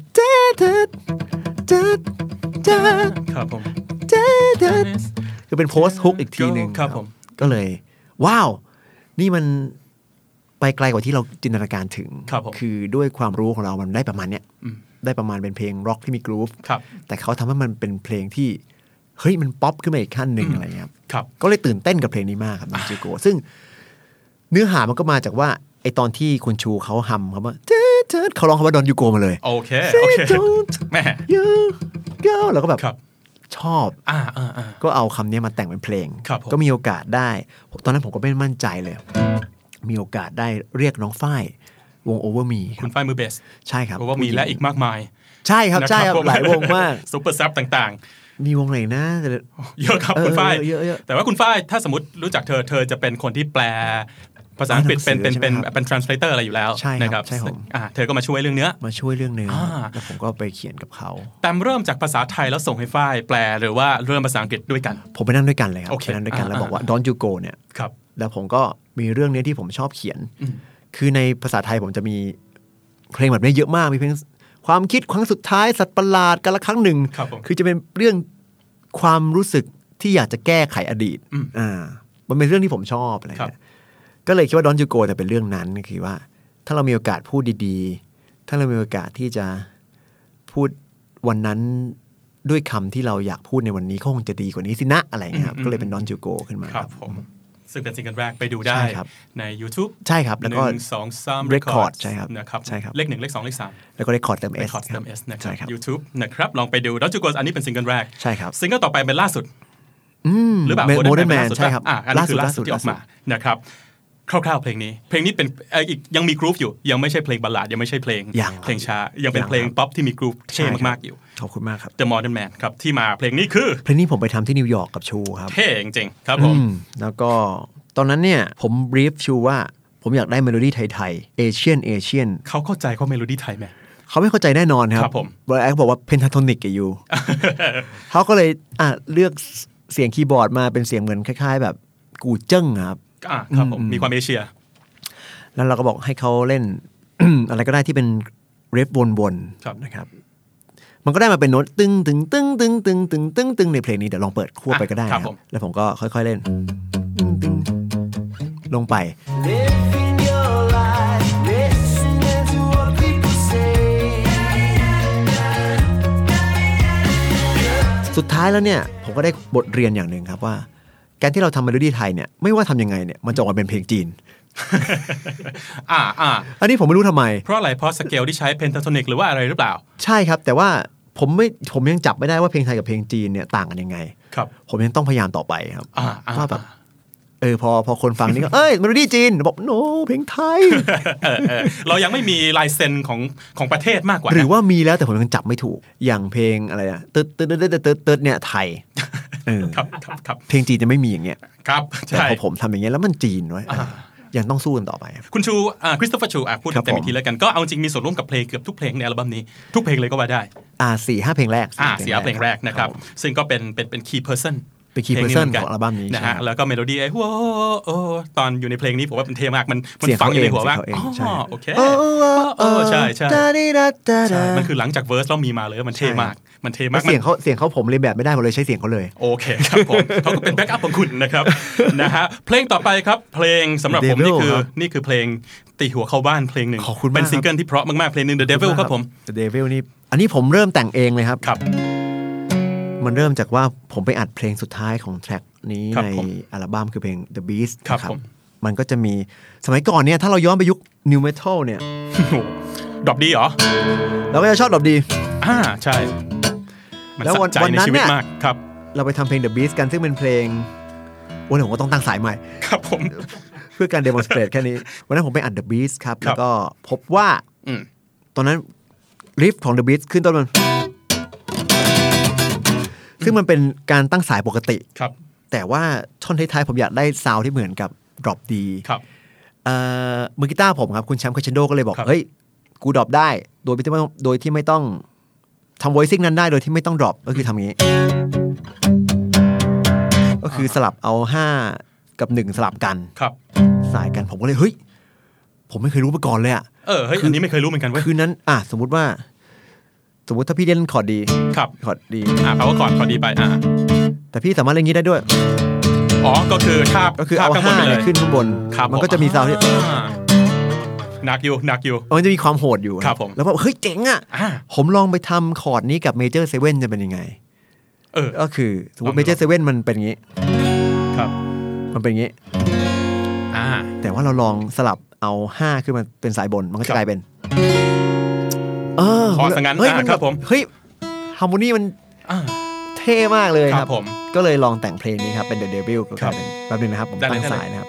ครับผมคือเป็นโพสต์ฮุกอีกทีนึงครับผมก็เลยว้าวนี่มันไปไกลกว่าที่เราจินตนาการถึง คือด้วยความรู้ของเรามันได้ประมาณเนี้ยได้ประมาณเป็นเพลงร็อกที่มีกรูฟแต่เขาทำให้มันเป็นเพลงที่เฮ้ยมันป๊อปขึ้นมาอีกขั้นหนึ่งอะไรเงี้ยครับก็เลยตื่นเต้นกับเพลงนี้มากครับ Don't You Go ซึ่งเนื้อหามันก็มาจากว่าไอตอนที่คุณชูเขาฮัมเขาว่าเขาร้องคำว่า Don't You Go มาเลยโอเคโอเคแม่ You Go แล้วก็แบบชอบอ่าก็เอาคำนี้มาแต่งเป็นเพลงก็มีโอกาสได้ตอนนั้นผมก็ไม่มั่นใจเลยมีโอกาสได้เรียกน้องฝ้ายวง Over Me คุณฝ้ายมือเบสใช่ครับ Over Me และอีกมากมายใช่ครับใช่ครับหลายวงมากซุปเปอร์ซับต่างๆมีวงไหนนะเยอะครับคุณฝ้ายแต่ว่าคุณฝ้ายถ้าสมมติรู้จักเธอเธอจะเป็นคนที่แปลภาษาอังกฤษเป็นเป็นเป็นเป็น translator อะไรอยู่แล้วนะครับใช่ครับเธอก็มาช่วยเรื่องเนื้อมาช่วยเรื่องเนื้อแล้วผมก็ไปเขียนกับเขาแต่เริ่มจากภาษาไทยแล้วส่งให้ฝ้ายแปลหรือว่าเริ่มภาษาอังกฤษด้วยกันผมไปนั่งด้วยกันเลยครับไปนั่งด้วยกันแล้วบอกว่า Don't You Go เนี่ยแล้วผมก็มีเรื่องนี้ที่ผมชอบเขียนคือในภาษาไทยผมจะมีเพลงแบบนี้เยอะมากมีเพลงความคิดครั้งสุดท้ายสัตว์ประหลาดกันละครั้งหนึ่งคือจะเป็นเรื่องความรู้สึกที่อยากจะแก้ไขอดีตอ่ามันเป็นเรื่องที่ผมชอบอะไรเงี้ยก็เลยคิดว่า Don't You Go แต่เป็นเรื่องนั้นคือว่าถ้าเรามีโอกาสพูดดีๆถ้าเรามีโอกาสที่จะพูดวันนั้นด้วยคำที่เราอยากพูดในวันนี้คงจะดีกว่านี้สินะอะไรเงี้ยครับก็เลยเป็น Don't You Go ขึ้นมาครับผมซึ่งเป็นซิงเกิลแรกไปดูได้ใน YouTube ใช่ครับแล้วก็หนึ่ง สอง สาม Record ใช่ครับนะครับใช่ครับเลขหนึ่งเลขสองเลขสามแล้วก็ Record เติม S เติม S นะครับ YouTube นะครับลองไปดู Don't You Go อันนี้เป็นซิงเกิลแรกใช่ครับซิงเกิลต่อไปเป็นล่าสุดหรือเปล่า Modern Man ใช่ครับล่าสุดล่าสุดที่ออกมานะครับคร่าวๆเพลงนี้เพลงนี้เป็นอีกยังมีกรูฟอยู่ยังไม่ใช่เพลงบัลลาดยังไม่ใช่เพลงเพลงช้ายังเป็นเพลงป๊อปที่มีกรูฟเท่มากๆอยู่ขอบคุณมากครับ The Modern Man ครับที่มาเพลงนี้คือเพลงนี้ผมไปทำที่นิวยอร์กกับชูครับเท่จริงๆครับผมแล้วก็ตอนนั้นเนี่ยผมบรีฟชูว่าผมอยากได้เมโลดี้ไทยๆเอเชียนเอเชียนเขาเข้าใจเขาเมโลดี้ไทยไหมเขาไม่เข้าใจแน่นอนครับผมบอยแอคบอกว่าเพนทาโทนิกกับยูเขาก็เลยอ่ะเลือกเสียงคีย์บอร์ดมาเป็นเสียงเหมือนคล้ายๆแบบกูเจิ้งครับอ่าครับผมมีความเอเชียแล้วเราก็บอกให้เขาเล่น อะไรก็ได้ที่เป็นเรฟวนๆนะครับมันก็ได้มาเป็นโน้ตตึงตึงตึงตึงตึงตึงตึงตึงในเพลงนี้เดี๋ยวลองเปิดควบไปก็ได้ครับแล้วผมก็ค่อยๆเล่นลงไปสุดท้ายแล้วเนี่ยผมก็ได้บทเรียนอย่างหนึ่งครับว่าการที่เราทำเมโลดี้ไทยเนี่ยไม่ว่าทำยังไงเนี่ยมันจะออกมาเป็นเพลงจีนอ่าอ่าอันนี้ผมไม่รู้ทำไมเพราะอะไรเพราะสเกลที่ใช้เพนทาโทนิกหรือว่าอะไรหรือเปล่าใช่ครับแต่ว่าผมไม่ผมยังจับไม่ได้ว่าเพลงไทยกับเพลงจีนเนี่ยต่างกันยังไงครับผมยังต้องพยายามต่อไปครับว่าแบบเออพอพอคนฟังนี่ก็เอ้ยเมโลดี้จีนบอกโนเพลงไทยเรายังไม่มีลายเซ็นของของประเทศมากกว่าหรือว่ามีแล้วแต่ผมยังจับไม่ถูกอย่างเพลงอะไรนะตึ๊ดตึ๊ดตึ๊ดตึ๊ดตึ๊ดเนี่ยไทยครับครับครับเพลงจีนจะไม่มีอย่างเงี้ยครับแต่พอผมทำอย่างเงี้ยแล้วมันจีนไว้ยังต้องสู้กันต่อไปคุณชูอ่าคริสโตเฟอร์ชูอ่ะพูดเต็มอีกทีแล้วกันก็เอาจริงมีส่วนร่วมกับเพลงเกือบทุกเพลงในอัลบั้มนี้ทุกเพลงเลยก็ว่าได้อ่า สี่ห้า เพลงแรกอ่า สี่ห้า เพลงแรกนะครับซึ่งก็เป็นเป็นเป็น key person เป็น key person ของอัลบั้มนี้นะฮะแล้วก็เมโลดี้ไอ้โว้โอ้ตอนอยู่ในเพลงนี้ผมว่ามันเท่มากมันมันฟังอยู่ในหัวว่าอ๋อโอเคโอ้ใช่ใช่มันคือหลังจากเวอร์สแล้วมีมาเลยมันเท่มากมันเท่มากเสียงเขาเสียงเขาผมเรียนแบบไม่ได้ผมเลยใช้เสียงเขาเลยโอเคครับผมเขาก็เป็นแบ็คอัพของคุณนะครับนะฮะเพลงต่อไปครับเพลงสำหรับผมนี่คือนี่คือเพลงตีหัวเข้าบ้านเพลงหนึ่งเป็นซิงเกิลที่เพราะมากๆเพลงนึง The Devil ครับผม The Devil นี่อันนี้ผมเริ่มแต่งเองเลยครับครับมันเริ่มจากว่าผมไปอัดเพลงสุดท้ายของแทร็กนี้ในอัลบั้มคือเพลง The Beast ครับมันก็จะมีสมัยก่อนเนี่ยถ้าเราย้อนไปยุค New Metal เนี่ยดรอปดีเหรอเราก็จะชอบดรอปดีอ่าใช่แล้ววันนั้นเนี่ยครับเราไปทำเพลง The Beast กันซึ่งเป็นเพลงวันผมก็ต้องตั้งสายใหม่ครับผมเพื่อการ demonstrate แค่นี้วันนั้นผมไปอัด The Beast ครับแล้วก็พบว่าตอนนั้นริฟของ The Beast ขึ้นต้นมันซึ่งมันเป็นการตั้งสายปกติแต่ว่าท่อนท้ายๆผมอยากได้ซาวด์ที่เหมือนกับ drop D ครับเอ่อมือกีตาร์ผมครับคุณแชมป์คาเชนโดก็เลยบอกเฮ้ยกูดรอปได้โดยที่ไม่ต้องโดยที่ไม่ต้องทำ voicing นั้นได้โดยที่ไม่ต้อง drop ก็คือทำอย่างนี้ก็คือสลับเอาห้ากับหนึ่งสลับกันสายกันผมก็เลยเฮ้ยผมไม่เคยรู้มาก่อนเลยอ่ะเออเฮ้ยอันนี้ไม่เคยรู้เหมือนกันเว้ยคือนั้นอ่ะสมมุติว่าสมมุติถ้าพี่เล่นคอร์ดดีครับคอร์ดดีอ่าแปลว่าคอร์ดคอร์ดดีไปอ่าแต่พี่สามารถเล่นงี้ได้ด้วยอ๋อก็คือทาบก็คือเอาห้าขึ้นข้างบนมันก็จะมีซาวด์ที่หนักอยู่หนักอยู่มันจะมีความโหดอยู่ครับผมแล้วแบบเฮ้ยเจ๋งอ่ะผมลองไปทำคอร์ดนี้กับเมเจอร์เซเว่นจะเป็นยังไงเออก็คือสมมติเมเจอร์เซเว่นมันเป็นอย่างนี้ครับมันเป็นอย่างนี้อ่าแต่ว่าเราลองสลับเอาห้าขึ้นมาเป็นสายบนมันก็จะกลายเป็นเออพอสังงั้นครับผมเฮ้ยฮาร์โมนีมันเท่มากเลยครับผมก็เลยลองแต่งเพลงนี้ครับเป็น The Devil ก็กลายเป็นแป๊บนึงนะครับผมตั้งสายนะครับ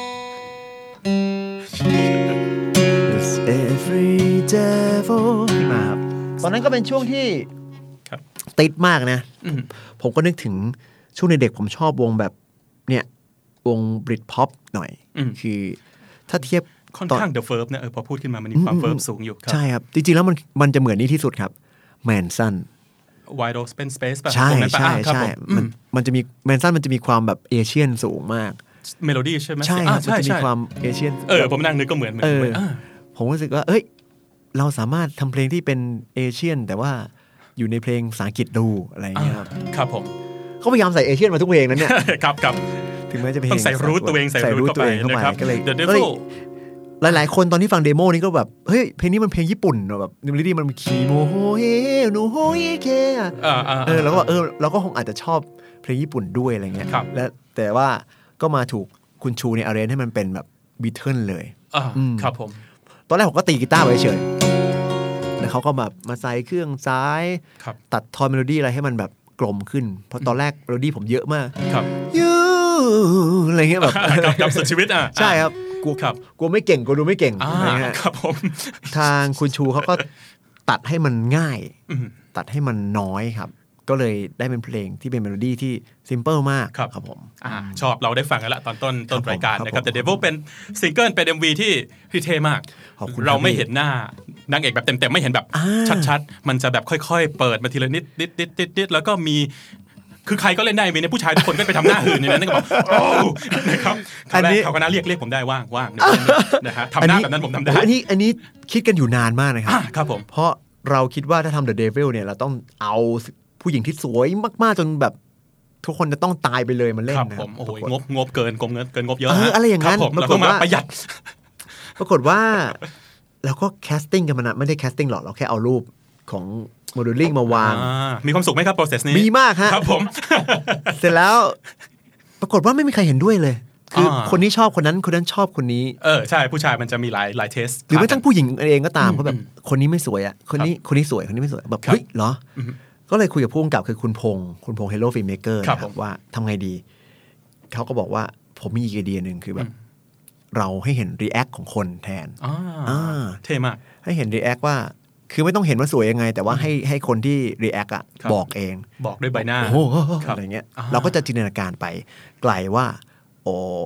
Every devil ที่มาครับตอนนั้นก็เป็นช่วงที่ติดมากนะผมก็นึกถึงช่วงในเด็กผมชอบวงแบบเนี่ยวงบริตพ็อปหน่อยคือถ้าเทียบค่อนข้างเดอะเฟิร์บเนี่ยเออพอพูดขึ้นมามันมีความเฟิร์บสูงอยู่ใช่ครับจริงๆแล้วมันมันจะเหมือนนี้ที่สุดครับแมนซัน Wide Open Space ป่ะใช่ใช่ใช่มันมันจะมีแมนซันมันจะมีความแบบเอเชียนสูงมากเมโลดี้ใช่ไหมใช่ครับมันจะมีความเอเชียนเออผมนั่งนึกก็เหมือนเหมือนผมรู้สึกว่าเอ้ยเราสามารถทำเพลงที่เป็นเอเชียนแต่ว่าอยู่ในเพลงภาษาอังกฤษดูอะไรอย่างเงี้ยครับครับผมเขาพยายามใส่เอเชียนมาทุกเพลงนั้นเนี่ยครับครับถึงแม้จะเป็นต้องใส่รูทตัวเองใส่รูทตัวเองเข้าไปก็เลยหลายๆคนตอนที่ฟังเดโมนี้ก็แบบเฮ้ยเพลงนี้มันเพลงญี่ปุ่นแบบเมโลดี้มันคีโมโฮเฮโนโฮเอเคอ่ะเออแล้วก็เออเราก็คงอาจจะชอบเพลงญี่ปุ่นด้วยอะไรเงี้ยและแต่ว่าก็มาถูกคุณชูในอาร์เรนให้มันเป็นแบบบีเทิลเลยครับผมตอนแรกผมก็ตีกีตาร์ไว้เฉยแล้วเขาก็แบบมาใส่เครื่องซ้ายตัดทอนเมโลดี้อะไรให้มันแบบกลมขึ้นเพราะตอนแรกเมโลดี้ผมเยอะมากยูอะไรเงี้ยแบบกับสุดชีวิตอ่ะใช่ครับกลัวกลัวไม่เก่งกลัวดูไม่เก่งอะไรเงี้ยครับผมทางคุณชูเขาก็ตัดให้มันง่ายตัดให้มันน้อยครับก็เลยได้เป็นเพลงที่เป็นเมโลดี้ที่ซิมเปิลมากครับผมชอบเราได้ฟังกันแล้วตอนต้นต้นรายการนะครับแต่ Devil เป็นซิงเกิลเป็น เอ็ม วี ที่ที่เท่มากเราไม่เห็นหน้านางเอกแบบเต็มๆไม่เห็นแบบชัดๆมันจะแบบค่อยๆเปิดมาทีละนิดนิดๆๆแล้วก็มีคือใครก็เล่นได้มีในผู้ชายทุกคนก็ไปทำหน้าหื่นอย่างนั้นก็บอกโอ้นะครับอันนี้เขาก็น่าเรียกเรียกผมได้ว่างว่างนะฮะทำหน้าแบบนั้นผมทำได้อันนี้อันนี้คิดกันอยู่นานมากนะครับครับผมเพราะเราคิดว่าถ้าทำ The Devil เนี่ยเราต้องเอาผู้หญิงที่สวยมากๆจนแบบทุกคนจะต้องตายไปเลยมันเล่นนะครับผมโอ้ยงบงบเกินกลมเงินเกินงบเยอะอะไรอย่างนั้นปรากฏว่าประหยัดปรากฏว่าเราก็แคสติ้งกันมานะไม่ได้แคสติ้งหรอกเราแค่เอารูปของโมเดลลิ่งมาวางมีความสุขไหมครับ process นี้มีมากฮะครับผมเสร็จแล้วปรากฏว่าไม่มีใครเห็นด้วยเลยคือคนนี้ชอบคนนั้นคนนั้นชอบคนนี้เออใช่ผู้ชายมันจะมีหลายหลายเทสหรือไม่ต้องผู้หญิงเองก็ตามเขาแบบคนนี้ไม่สวยอ่ะคนนี้คนนี้สวยคนนี้ไม่สวยแบบเฮ้ยเหรอก็เลยคุยกับผู้กำกับคือคุณพงษ์คุณพงษ์ Hello Filmmaker นะครับว่าทำไงดีเขาก็บอกว่าผมมีอีกไอเดียนึงคือแบบเราให้เห็นรีแอคของคนแทนอ่าเท่มากให้เห็นรีแอคว่าคือไม่ต้องเห็นว่าสวยยังไงแต่ว่าให้ให้คนที่รีแอคอะบอกเองบอกด้วยใบหน้าอะไรเงี้ยเราก็จะจินตนาการไปไกลว่าโอ้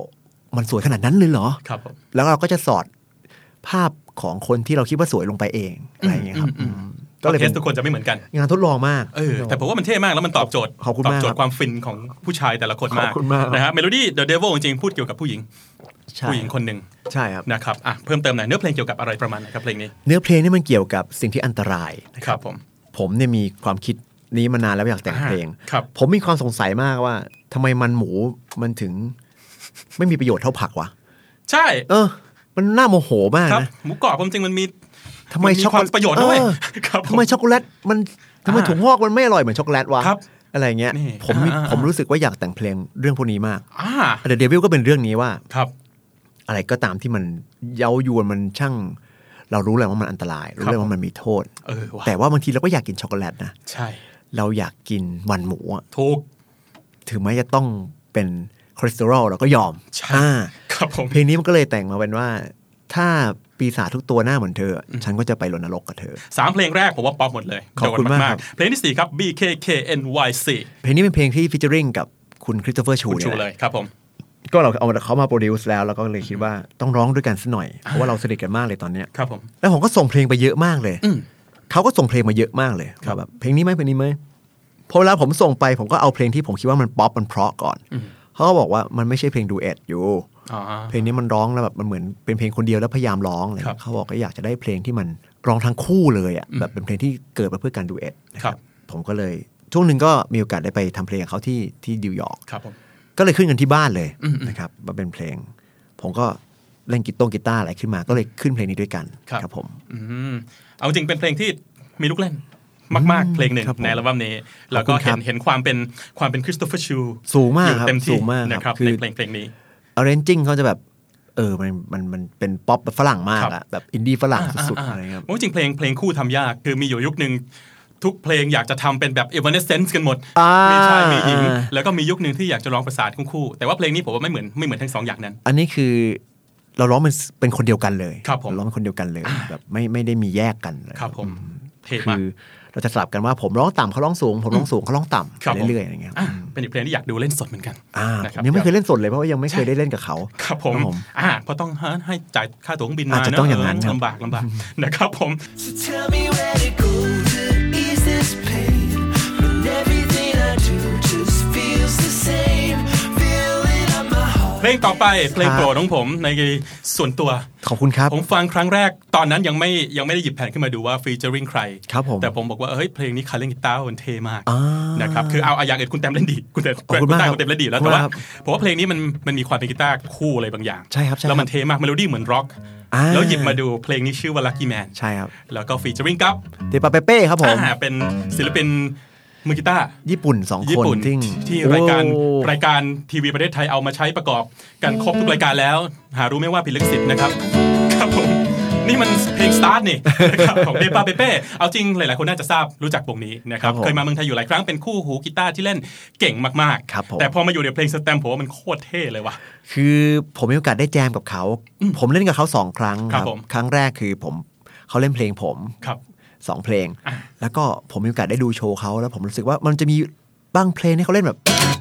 มันสวยขนาดนั้นเลยเหรอครับแล้วเราก็จะสอดภาพของคนที่เราคิดว่าสวยลงไปเองอะไรอย่างเงี้ยครับก็เลยทุกคนจะไม่เหมือนกันงานทดลองมากเออแต่ผมว่ามันเท่มากแล้วมันตอบโจทย์ตอบโจทย์ความฟินของผู้ชายแต่ละคนมากนะฮะ Melody The Devil จริงๆพูดเกี่ยวกับผู้หญิงผู้หญิงคนหนึ่งใช่ครับนะครับอ่ะเพิ่มเติมหน่อยเนื้อเพลงเกี่ยวกับอะไรประมาณไหนครับเพลงนี้เนื้อเพลงนี่มันเกี่ยวกับสิ่งที่อันตรายครับผมผมเนี่ยมีความคิดนี้มานานแล้วอยากแต่งเพลงผมมีความสงสัยมากว่าทำไมมันหมูมันถึงไม่มีประโยชน์เท่าผักวะใช่เออมันน่าโมโหมากนะหมูกรอบจริงมันมีทำไมช็อกโกแลตประโยชน์ด้วยทำไมช็อกโกแลตมันทำไมถั่วงอกมันไม่อร่อยเหมือนช็อกโกแลตวะอะไรเงี้ยผมผมรู้สึกว่าอยากแต่งเพลงเรื่องพวกนี้มากThe Devil ก็เป็นเรื่องนี้ว่าอะไรก็ตามที่มันเย้ายวนมันช่างเรารู้เลยว่ามันอันตรายรู้เลยว่ามันมีโทษแต่ว่าบางทีเราก็อยากกินช็อกโกแลตนะใช่เราอยากกินมันหมูอ่ะถูกถึงแม้จะต้องเป็นคอเลสเตอรอลเราก็ยอมใช่ครับผมเพลงนี้มันก็เลยแต่งมาเป็นว่าถ้าปีศาจทุกตัวหน้าเหมือนเธอฉันก็จะไปรณรงค์กับเธอสามเพลงแรกผมว่าป๊อปหมดเลยขอบคุณมากเพลงที่สี่ครับ บี เค เค เอ็น วาย ซีเพลงนี้เป็นเพลงที่ฟีเจอริ่งกับคุณคริสโตเฟอร์ชูเลยครับผมก็เราเอาเขามาโปรดิวซ์แล้วเราก็เลยคิดว่าต้องร้องด้วยกันสักหน่อยเพราะว่าเราสนิทกันมากเลยตอนนี้ครับผมแล้วผมก็ส่งเพลงไปเยอะมากเลยเขาก็ส่งเพลงมาเยอะมากเลยแบบเพลงนี้ไหมเพลงนี้ไหมพอเวลาผมส่งไปผมก็เอาเพลงที่ผมคิดว่ามันป๊อปมันเพราะก่อนเขาก็บอกว่ามันไม่ใช่เพลงดูเอทอยู่เพลงนี้มันร้องแล้วแบบมันเหมือนเป็นเพลงคนเดียวแล้วพยายามร้องเลยเขาบอกก็อยากจะได้เพลงที่มันร้องทั้งคู่เลยอ่ะแบบเป็นเพลงที่เกิดมาเพื่อการดูเอทนะครับผมก็เลยช่วงหนึ่งก็มีโอกาสได้ไปทำเพลงกับเขาที่ที่นิวยอร์กก็เลยขึ้นกันที่บ้านเลยนะครับมาเป็นเพลงผมก็เล่นกีตาร์กีตาร์อะไรขึ้นมาก็เลยขึ้นเพลงนี้ด้วยกันครับผมเอาจริงเป็นเพลงที่มีลูกเล่นมากๆเพลงหนึ่งในอัลบั้มนี้แล้วก็เห็นเห็นความเป็นความเป็นคริสโตเฟอร์ชูสูงมากครับเต็มที่สูงมากนะครับในเพลงเพลงนี้ arranging เขาจะแบบเออมันมันมันเป็นป๊อปแบบฝรั่งมากอะแบบอินดี้ฝรั่งสุดๆอะไรครับเพราะจริงเพลงเพลงคู่ทำยากคือมีอยู่ยุคนึงทุกเพลงอยากจะทำเป็นแบบ Evanescence กันหมดมีชายมีหญิงแล้วก็มียุคนึงที่อยากจะร้องประสานคู่แต่ว่าเพลงนี้ผมว่าไม่เหมือนไม่เหมือนทั้งสองอย่างนั้นอันนี้คือเราร้องเป็นเป็นคนเดียวกันเลยครับผมร้องเป็นคนเดียวกันเลยแบบไม่ไม่ได้มีแยกกันเลยครับผมเท่มากเราจะสลับกันว่าผมร้องต่ำเขาร้องสูงผมร้องสูงเขาร้องต่ำเรื่อยๆอย่างเงี้ยเป็นอีกเพลงที่อยากดูเล่นสดเหมือนกันยังไม่เคยเล่นสดเลยเพราะว่ายังไม่เคยได้เล่นกับเขาครับผมอ่าเพราะต้องให้จ่ายค่าตั๋วเครื่องบินมาอาจจะต้องอย่างนั้นลำบากลำบากนะครับผมเพลงต่อไปเพลงโปรดของผมในส่วนตัวขอบคุณครับผมฟังครั้งแรกตอนนั้นยังไม่ยังไม่ได้หยิบแผ่นขึ้นมาดูว่าฟีเจอริ่งใครครับผมแต่ผมบอกว่าเฮ้ยเพลงนี้ใครเล่นกีตาร์มันเท่มากนะครับคือเอาอย่างอื่นคุณแต้มเล่นดีคุณแต้มคุณแต้มคุณแต้มเล่นดีแล้วแต่ว่าผมว่าเพลงนี้มันมันมีความเป็นกีตาร์คู่อะไรบางอย่างใช่ครับแล้วมันเท่มากเมโลดี้เหมือนร็อกแล้วหยิบมาดูเพลงนี้ชื่อว่า Lucky Man ใช่ครับแล้วก็ฟีเจอริ่งกับเดปาเปเป้ครับผมเป็นศิลปินมือกีตาร์ญี่ปุ่นสองคนที่ที่รายการรายการทีวีประเทศไทยเอามาใช้ประกอบกันครบทุกรายการแล้วหารู้ไหมว่าผิดลิขสิทธิ์นะครับครับผมนี่มันเพลงสตาร์ทนี่นะครับของเดปาเปเป้เอาจริงหลายๆคนน่าจะทราบรู้จักวงนี้นะครับเคยมาเมืองไทยอยู่หลายครั้งเป็นคู่หูกีตาร์ที่เล่นเก่งมากๆแต่พอมาอยู่ในเพลงสแตมป์ผมว่ามันโคตรเท่เลยว่ะคือผมมีโอกาสได้แจมกับเขาผมเล่นกับเขาสองครั้งครับครั้งแรกคือผมเขาเล่นเพลงผมสองเพลงแล้วก็ผมมีโอกาสได้ดูโชว์เขาแล้วผมรู้สึกว่ามันจะมีบางเพลงที่เขาเล่นแบบ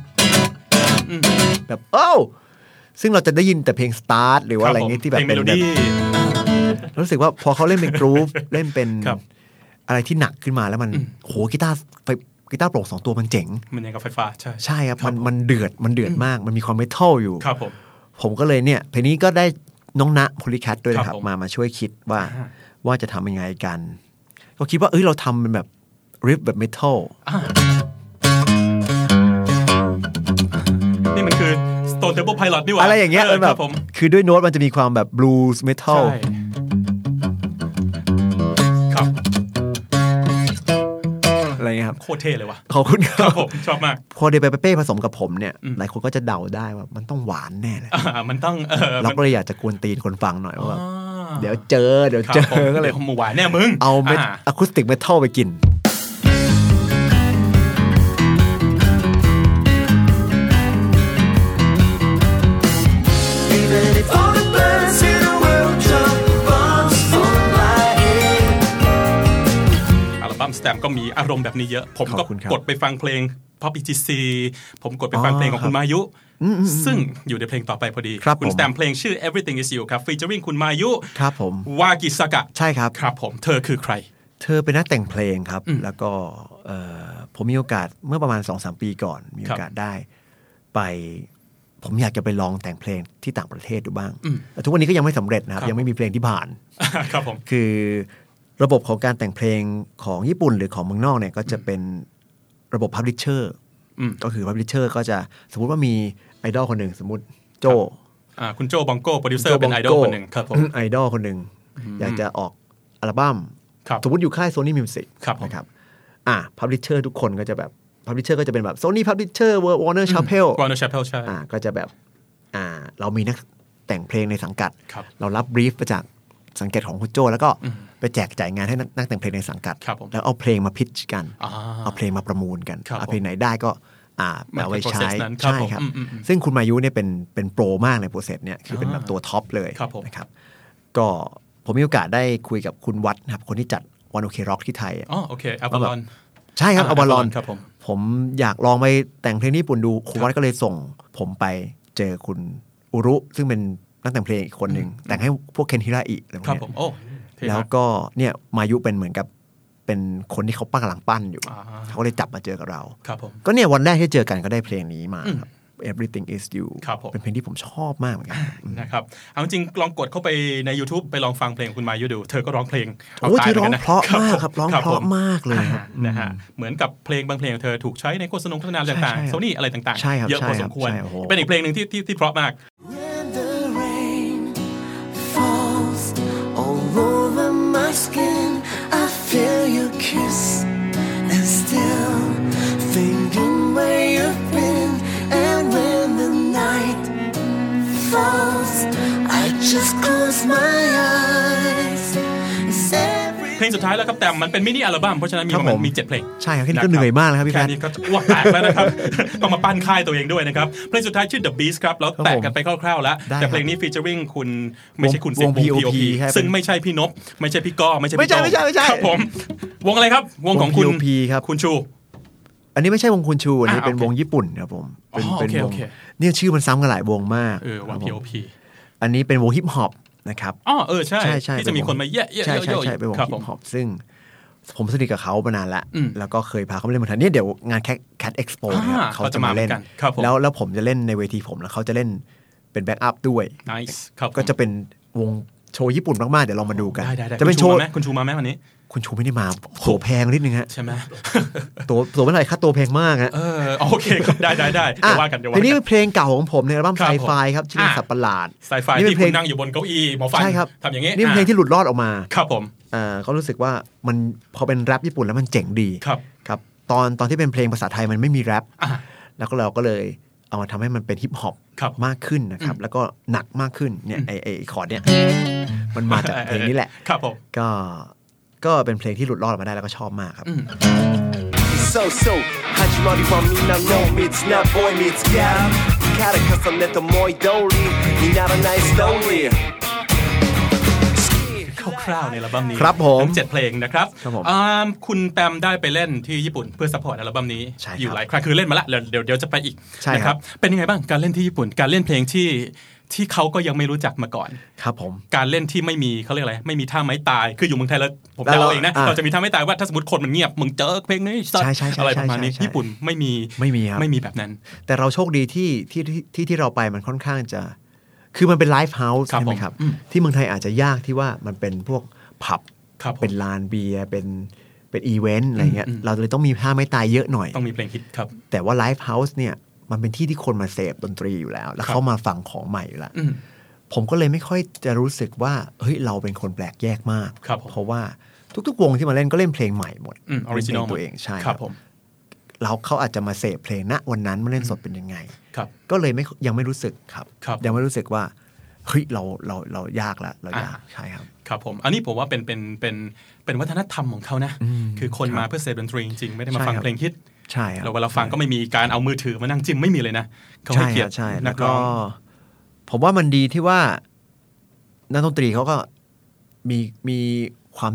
แบบโอ้ซึ่งเราจะได้ยินแต่เพลงสตาร์ทหรือว่าอะไรเงี้ยที่แบบเป็นแบบรู้สึกว่าพอเขาเล่นเป็นกรูฟเล่นเป็นอะไรที่หนักขึ้นมาแล้วมันโหกีตาร์กีตาร์โปร่งสองตัวมันเจ๋งมันยังกับไฟฟ้าใช่ใช่ครับมันมันเดือดมันเดือดมากมันมีความเมทัลอยู่ครับผมผมก็เลยเนี่ยเพลงนี้ก็ได้น้องณโพลีแคทด้วยนะครับมามาช่วยคิดว่าว่าจะทำยังไงกันก็คิดว่าเอ้ยเราทำเป็นแบบริฟแบบเมทัลนี่มันคือ Stone Temple Pilot นี่หว่าอะไรอย่างเงี้ยแบบคือด้วยโน้ตมันจะมีความแบบบลูส์เมทัลครับอะไรเงี้ยครับโคตรเท่เลยว่ะขอบคุณครับผมชอบมากพอเดปาเปเป้ผสมกับผมเนี่ยหลายคนก็จะเดาได้ว่ามันต้องหวานแน่เลยมันต้องเราก็เลยอยากจะกวนตีนคนฟังหน่อยว่าเดี๋ยวเจอเดี๋ยวเจอก็เลยหวานแน่มึงเอาเม็ดอะคูสติกเมทัลไปกินอัลบั้มสแตมป์ก็มีอารมณ์แบบนี้เยอะผมก็กดไปฟังเพลง Pop อี ที ซี ผมกดไปฟังเพลงของคุณมายุซึ่งอยู่ในเพลงต่อไปพอดีคุณแต่งเพลงชื่อ Everything Is You ครับ featuring คุณมายุครับผมวากิซากะใช่ครับครับผมเธอคือใครเธอเป็นนักแต่งเพลงครับแล้วก็ผมมีโอกาสเมื่อประมาณ สองสาม ปีก่อนมีโอกาสได้ไปผมอยากจะไปลองแต่งเพลงที่ต่างประเทศดูบ้างแต่ทุกวันนี้ก็ยังไม่สำเร็จนะครับยังไม่มีเพลงที่ผ่านครับผมคือระบบของการแต่งเพลงของญี่ปุ่นหรือของเมืองนอกเนี่ยก็จะเป็นระบบ publisher ก็คือ publisher ก็จะสมมุติว่ามีไอดอลคนหนึ่งสมมุติโจคุณโจบองโก้โปรดิวเซอร์เป็นไอดอลคนหนึ่งครับผมไอดอลคนหนึ่งอยากจะออกอัลบั้มสมมติอยู่ค่าย Sony Music นะครับอ่ะ publisher ทุกคนก็จะแบบ publisher ก็จะเป็นแบบ Sony publisher Warner Chappell Warner Chappell ใช่อ่ะก็จะแบบอ่าเรามีนักแต่งเพลงในสังกัดเรารับบรีฟมาจากสังกัดของคุณโจแล้วก็ไปแจกจ่ายงานให้นักแต่งเพลงในสังกัดแล้วเอาเพลงมาพิชกันเอาเพลงมาประมูลกันเอาเพลงไหนได้ก็อ่าเอาไว้ใช้ใช่ครับซึ่งคุณมายุเนี่ยเป็นเป็นโปรมากในโปรเซสเนี่ยคือเป็นแบบตัวท็อปเลยนะครับก็ผมมีโอกาสได้คุยกับคุณวัดนะครับคนที่จัดวันโอเคร็อกที่ไทยอ๋อโอเคอัลบาลอนใช่ครับอัลบาลอนครับผมผมอยากลองไปแต่งเพลงญี่ปุ่นดูคุณวัดก็เลยส่งผมไปเจอคุณอุรุซึ่งเป็นนักแต่งเพลงอีกคนหนึ่งแต่งให้พวกเคนฮิราอิอะไรพวกนี้แล้วก็เนี่ยมายุเป็นเหมือนกับเป็นคนที่เขาปั้นกำลังปั้นอยู่เขาก็เลยจับมาเจอกับเราก็เนี่ยวันแรกที่เจอกันก็ได้เพลงนี้มา Everything Is You เป็นเพลงที่ผมชอบมากเหมือนกันนะครับเอาจริงลองกดเข้าไปใน YouTube ไปลองฟังเพลงคุณมายุดูเธอก็ร้องเพลงโอ้เธอร้องเพราะมากครับร้องเพราะมากเลยนะฮะเหมือนกับเพลงบางเพลงของเธอถูกใช้ในโฆษณาโฆษณาต่างๆ Sony อะไรต่างๆเยอะพอสมควรเป็นอีกเพลงนึงที่ที่เพราะมาก I feel your kiss and still thinking where you've been and when the night falls I just close my eyes เพลงสุดท้ายแล้วครับแต่มันเป็นมินิอัลบั้มเพราะฉะนั้นมีมันมีเจ็ดเพลงใช่ครับแค่นี้ก็เหนื่อยมากแล้วครับพี่แพทย์แค่นี้ก็อ้วกแตกแล้วนะครับต้องมาปั้นค่ายตัวเองด้วยนะครับเพลงสุดท้ายชื่อ The Beast ครับแล้วแตกกันไปคร่าวๆแล้วแต่เพลงนี้ featuring คุณไม่ใช่คุณวง พี โอ พีซึ่งไม่ใช่พี่นพไม่ใช่พี่ก้อไม่ใช่พี่โตไม่ใช่ไม่ใช่ครับผมวงอะไรครับวงของคุณพี โอ พี ครับคุณชูอันนี้ไม่ใช่วงคุณชูอันนี้เป็นวงญี่ปุ่นครับผมเป็นเป็นวงเนี่ยชื่อมันซ้ำกันหลายวงมากเออวง พี โอ พีอันนี้เป็นวงฮิปฮอปนะครับอ๋อเออใช่ที่จะมีคนมาแยะๆใช่ใช่ใช่เป็นวงฮิปฮอปซึ่งผมสนิทกับเขามานานแล้วแล้วก็เคยพาเขาไปเล่นเมืองไทยเนี่ยเดี๋ยวงานแคทแคทเอ็กซ์โปเนี่ยเขาจะมาเล่นแล้วแล้วผมจะเล่นในเวทีผมแล้วเขาจะเล่นเป็นแบ็กอัพด้วยก็จะเป็นวงโชว์ญี่ปุ่นมากๆเดี๋ยวลองมาดูกันจะเป็นโชว์คุณชูมาไหมวันนี้คุณชูไม่ได้มาตัวแพงนิดนึงฮะใช่ไหมตัวตัวไม่เท่าไหร่ค่าตัวแพงมากฮะเออโอเคได้ได้ได้เดี๋ยวว่ากันเดี๋ยวว่ากันทีนี้เป็นเพลงเก่าของผมในอัลบั้มไซไฟครับชื่อสัตว์ประหลาดไซไฟที่คุณนั่งอยู่บนเก้าอี้หมอฟันทำอย่างนี้นี่เป็นเพลงที่หลุดรอดออกมาครับผมอ่าเขารู้สึกว่ามันพอเป็นแรปญี่ปุ่นแล้วมันเจ๋งดีครับครับตอนตอนที่เป็นเพลงภาษาไทยมันไม่มีแรปแล้วก็เราก็เลยเอามาทำให้มันเป็นฮิปฮอปมากขึ้นนะครับแล้วก็หนักมากขึ้นเนี่ยไอไอคอร์ดเนี่ยมันมาจากเพลงนี้แหละครับผมก็ก็เป็นเพลงที่หลุดรอดมาได้แล้วก็ชอบมากครับ So so始まりはみんなの密なボイミツがから重ねた思い通りにならないストーリーคร่าวๆในอัลบั้มนี้ครับผมทั้งเจ็ดเพลงนะครับคุณแตมได้ไปเล่นที่ญี่ปุ่นเพื่อซัพพอร์ตอัลบั้มนี้อยู่หลายครั้งคือเล่นมาละเดี๋ยวเดี๋ยวจะไปอีกนะครับเป็นยังไงบ้างการเล่นที่ญี่ปุ่นการเล่นเพลงที่ที่เขาก็ยังไม่รู้จักมาก่อนครับผมการเล่นที่ไม่มีเขาเรียกอะไรไม่มีท่าไม้ตายคืออยู่เมืองไทยแล้วผมเดาเองนะเราจะมีท่าไม้ตายว่าถ้าสมมติคนมันเงียบมึงเจอเพลงนี้อะไรประมาณนี้ญี่ปุ่นไม่มีไม่มีครับไม่มีแบบนั้นแต่เราโชคดีที่ที่ที่ที่เราไปมันค่อนข้างจะคือมันเป็นไลฟ์เฮาส์ใช่ไหมครับที่เมืองไทยอาจจะยากที่ว่ามันเป็นพวกผับเป็นลานเบียร์เป็นเป็นอีเวนต์อะไรเงี้ยเราเลยต้องมีท่าไม้ตายเยอะหน่อยต้องมีเพลงฮิตครับแต่ว่าไลฟ์เฮาส์เนี่ยมันเป็นที่ที่คนมาเสพดนตรีอยู่แล้วแล้วเขามาฟังของใหม่อยู่แล้วผมก็เลยไม่ค่อยจะรู้สึกว่าเฮ้ยเราเป็นคนแปลกแยกมากเพราะว่าทุกๆวงที่มาเล่นก็เล่นเพลงใหม่หมดออริจินอลตัวเองใช่ครับเราเขาอาจจะมาเสพเพลงณวันนั้นมาเล่นสดเป็นยังไงก็เลยไม่ยังไม่รู้สึกครับยังไม่รู้สึกว่าเฮ้ยเราเราเรายากแล้วเรายากใช่ครับครับผมอันนี้ผมว่าเป็นเป็นเป็นเป็นวัฒนธรรมของเขานะคือคนมาเพื่อเสพดนตรีจริงๆไม่ได้มาฟังเพลงฮิตใช่ครับเราเวลาฟังก็ไม่มีการเอามือถือมานั่งจิ้มไม่มีเลยนะเขาให้เกียรติแล้วก็ผมว่ามันดีที่ว่านักดนตรีเขาก็มีมีความ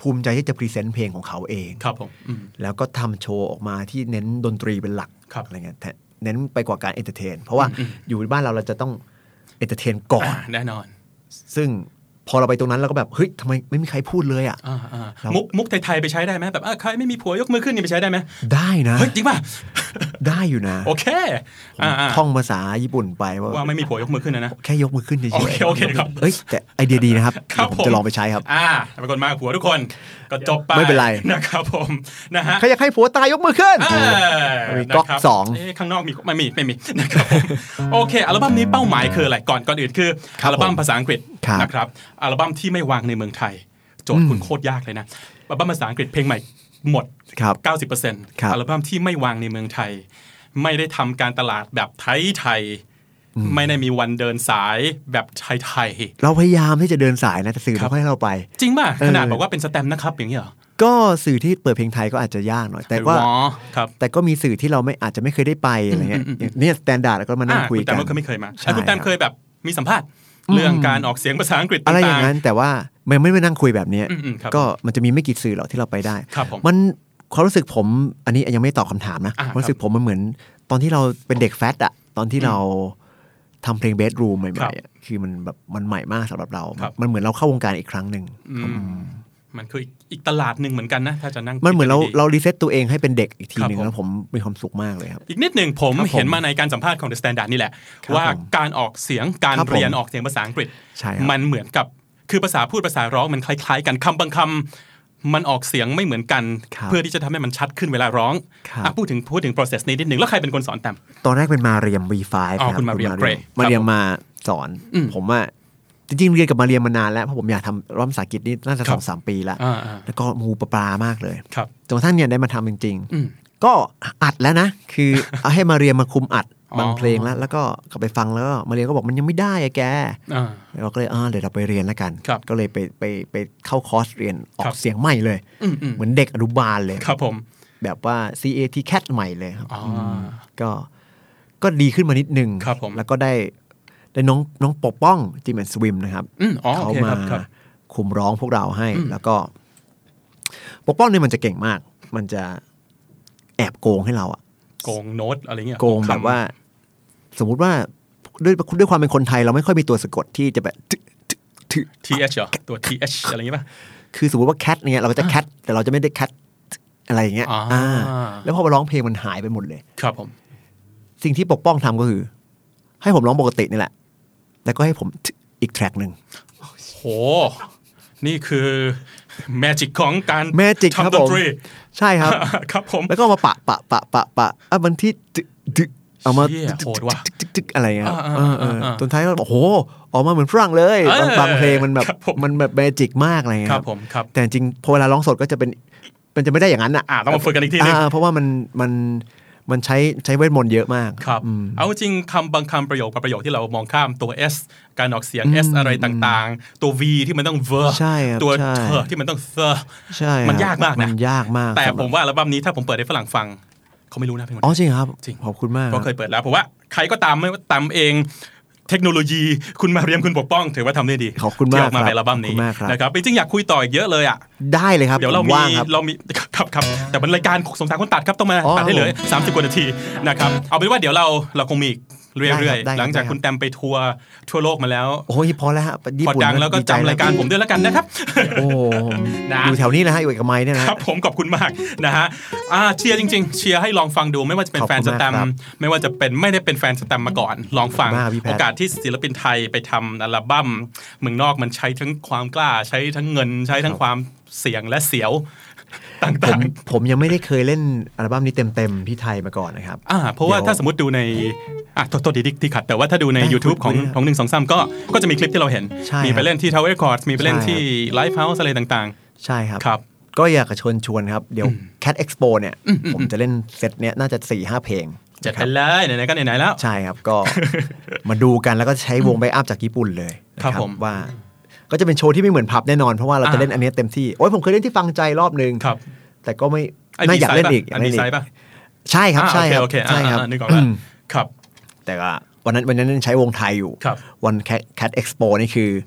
ภูมิใจที่จะพรีเซนต์เพลงของเขาเองครับผมแล้วก็ทำโชว์ออกมาที่เน้นดนตรีเป็นหลักอะไรเงี้ยเน้นไปกว่าการเอนเตอร์เทนเพราะว่าอยู่บ้านเราเราจะต้องเอนเตอร์เทนก่อนแน่นอนซึ่งพอเราไปตรงนั้นเราก็แบบเฮ้ยทำไมไม่มีใครพูดเลยอ่ะมุกมุกไทยๆไปใช้ได้ไหมแบบใครไม่มีผัวยกมือขึ้นนี่ไปใช้ได้ไหมได้นะเฮ้ยจริงป่ะได้อยู่นะโอเคท่องภาษาญี่ปุ่นไปว่าไม่มีผัวยกมือขึ้นนะนะแค่ยกมือขึ้นเฉยๆโอเคโอเคครับเอ้ยแต่ไอเดียดีนะครับผมจะลองไปใช้ครับอ่าเป็นคนมาผัวทุกคนก็จบไปไม่เป็นไรนะครับผมนะฮะใครอยากให้ผัวตายยกมือขึ้นมีก๊อกสองข้างนอกมีไม่มีไม่มีนะครับโอเคอัลบั้มนี้เป้าหมายคืออะไรก่อนก่อนอื่นคืออัลบั้มภาษาอังกฤษนะครับอัลบั้มที่ไม่วางในเมืองไทยโจทย์คุณโคตรยากเลยนะอัลบั้มภาษาอังกฤษเพลงใหม่หมด เก้าสิบเปอร์เซ็นต์ อัลบั้มที่ไม่วางในเมืองไทยไม่ได้ทำการตลาดแบบไทยๆไม่ได้มีวันเดินสายแบบไทยๆเราพยายามที่จะเดินสายนะแต่สื่อไม่ให้เราไปจริงป่ะขนาดบอกว่าเป็นสแตมป์นะครับอย่างนี้เหรอก็สื่อที่เปิดเพลงไทยก็อาจจะยากหน่อยแต่ว่าแต่ก็มีสื่อที่เราไม่อาจจะไม่เคยได้ไปอะไรเงี้ยเนี่ยสแตนดาร์ดแล้วก็มานั่งคุยกันแต่ก็ไม่เคยมาคุณแตมเคยแบบมีสัมภาษณ์เรื่องการออกเสียงภาษาอังกฤษอะไรอย่างนั้นแต่ว่ามันไม่ได้นั่งคุยแบบนี้ก็มันจะมีไม่กี่สื่อหรอกที่เราไปได้มันความรู้สึกผมอันนี้ยังไม่ตอบคำถามนะความรู้สึกผมมันเหมือนตอนที่เราเป็นเด็กแฟตอะตอนที่เราทำเพลงเบสรูมใหม่ๆคือมันแบบมันใหม่มากสำหรับเรามันเหมือนเราเข้าวงการอีกครั้งหนึ่งมันคืออีกตลาดหนึ่งเหมือนกันนะถ้าจะนั่งมันเหมือนเราเรารีเซ็ตตัวเองให้เป็นเด็กอีกทีนึงแล้วผมมีความสุขมากเลยครับอีกนิดหนึ่งผมเห็นมาในการสัมภาษณ์ของ The Standard นี่แหละว่าการออกเสียงการเรียนออกเสียงภาษาอังกฤษมันเหมือนกับคือภาษาพูดภาษาร้องมันคล้ายๆกันคำบางคำมันออกเสียงไม่เหมือนกันเพื่อที่จะทำให้มันชัดขึ้นเวลาร้องพูดถึงพูดถึง process นี้นิดหนึ่งแล้วใครเป็นคนสอนแตมตอนแรกเป็นมาเรียม วี ไฟว์ครับคุณมาเรียมมาเรียมมาสอนผมว่าจริงๆเรียนกับมาเรียมมานานแล้วเพราะผมอยากทำร้องภาษาอังกฤษนี่น่าจะสองสามปีแล้วแล้วก็มูปลามากเลยจนกระทั่งเนี่ยได้มาทำจริงๆก็อัดแล้วนะคือเอาให้มาเรียมมาคุมอัดบางเพลงแล้วแล้วก็กลับไปฟังแล้วมาเรียนก็บอกมันยังไม่ได้อะแกเราก็เลยอ่าเดี๋ยวเราไปเรียนแล้วกันก็เลยไปไปไปเข้าคอร์สเรียนออกเสียงใหม่เลยเหมือนเด็กอนุบาลเลยครับผมแบบว่า ซี เอ ที แคท ใหม่เลยครับก็ก็ดีขึ้นมานิดนึงแล้วก็ได้ได้น้องน้องปกป้องจิมแอนด์สวิมนะครับเขามาคุมร้องพวกเราให้แล้วก็ปกป้องเนี่ยมันจะเก่งมากมันจะแอบโกงให้เราอะโกงโน้ตอะไรเงี้ยโกงแบบว่าสมมุติว่าด้วยด้วยความเป็นคนไทยเราไม่ค่อยมีตัวสะกดที่จะแบบที เอช เหรอตัว ที เอช อะไรอย่างงี้ป่ะคือสมมุติว่าแคทเนี่ยเราก็จะแคทแต่เราจะไม่ได้แคทอะไรอย่างเงี้ยอ่าแล้วพอมาร้องเพลงมันหายไปหมดเลยครับผมสิ่งที่ปกป้องทำก็คือให้ผมร้องปกตินี่แหละแล้วก็ให้ผมอีกแทร็กนึงโหนี่คือแมจิกของการทำดนตรีใช่ครับครับผมแล้วก็มาปะปะปะปะปะอ่ะบางที่เอามาโหดว่ะจึ๊กๆอะไรเงี้ยจนท้ายก็บอกโหออกมาเหมือนฝรั่งเลยบางเพลงมันแบบมันแบบแมจิกมากอะไรเงี้ยครับผมครับแต่จริงพอเวลาร้องสดก็จะเป็นมันจะไม่ได้อย่างนั้นอ่ะต้องมาฝึกกันอีกทีนึงเพราะว่ามันมันมันใช้ใช้เวทมนต์เยอะมากครับเอาจริงคำบางคำประโยคบางประโยคที่เรามองข้ามตัว S การออกเสียง S อะไรต่างๆตัว V ที่มันต้อง V ตัวเธอที่มันต้อง The มันยากมากนะมันยากมากแต่ผมว่าอัลบั้มนี้ถ้าผมเปิดให้ฝรั่งฟังเขาไม่รู้นะพี่มนต์อ๋อจริงครับจริงขอบคุณมากก็เคยเปิดแล้วเพราะว่าใครก็ตามไม่ว่าตามเองเทคโนโลยีคุณมาเรียมคุณปกป้องถือว่าทำได้ดีขอบคุณมากมาในอัลบั้มนี้นะครับจริงอยากคุยต่ออีกเยอะเลยอ่ะได้เลยครับเดี๋ยวเรามีเรามีครับครับแต่เป็นรายการสงสารคนตัดครับต้องมาตัดให้เหลือสามสิบกว่านาทีนะครับเอาเป็นว่าเดี๋ยวเราเราคงมีเรื่อยๆหลังจากคุณแตมไปทัวร์ทั่วโลกมาแล้วโอ้ยพอแล้วฮะพอดังแล้วก็จำรายการผมด้วยแล้วกันนะครับโอ้อยู่แถวนี้นะฮะอยู่เอกมัยเนี่ยนะครับผมขอบคุณมากนะฮะเชียร์จริงๆเชียร์ให้ลองฟังดูไม่ว่าจะเป็นแฟนสแตมไม่ว่าจะเป็นไม่ได้เป็นแฟนสแตมมาก่อนลองฟังโอกาสที่ศิลปินไทยไปทำอัลบั้มเมืองนอกมันใช้ทั้งความกล้าใช้ทั้งเงินใช้ทั้งความเสี่ยงและเสียวผมผมยังไม่ได้เคยเล่นอัลบั้มนี้เต็มๆที่ไทยมาก่อนนะครับอ่าเพราะว่าถ้าสมมติดูในอ่ะโทษดีที่ขัดแต่ว่าถ้าดูใน YouTube ของของหนึ่ง สอง สามก็ก็จะมีคลิปที่เราเห็นมีไปเล่นที่ Tower Records มีไปเล่นที่ Live House อะไรต่างๆใช่ครับครับก็อยากจะชวนชวนครับเดี๋ยว Cat Expo เนี่ยผมจะเล่นเซตเนี้ยน่าจะ สี่ห้า เพลงจัดไปเลยไหนๆก็ไหนๆแล้วใช่ครับก็มาดูกันแล้วก็ใช้วงไบอัพจากญี่ปุ่นเลยครับผมว่าก็จะเป็นโชว์ที่ไม่เหมือนพับแน่นอนเพราะว่าเราจะเล่นอันนี้เต็มที่โอ้ยผมเคยเล่นที่ฟังใจรอบนึงแต่ก็ไม่น่าอยากเล่นอีกอันนี้ไซส์ป่ะใช่ครับใช่ครับใช่ครับนึกออกแล้วครับแต่ว่าวันนั้นวันนั้นใช้วงไทยอยู่วัน Cat Expo นี่คือ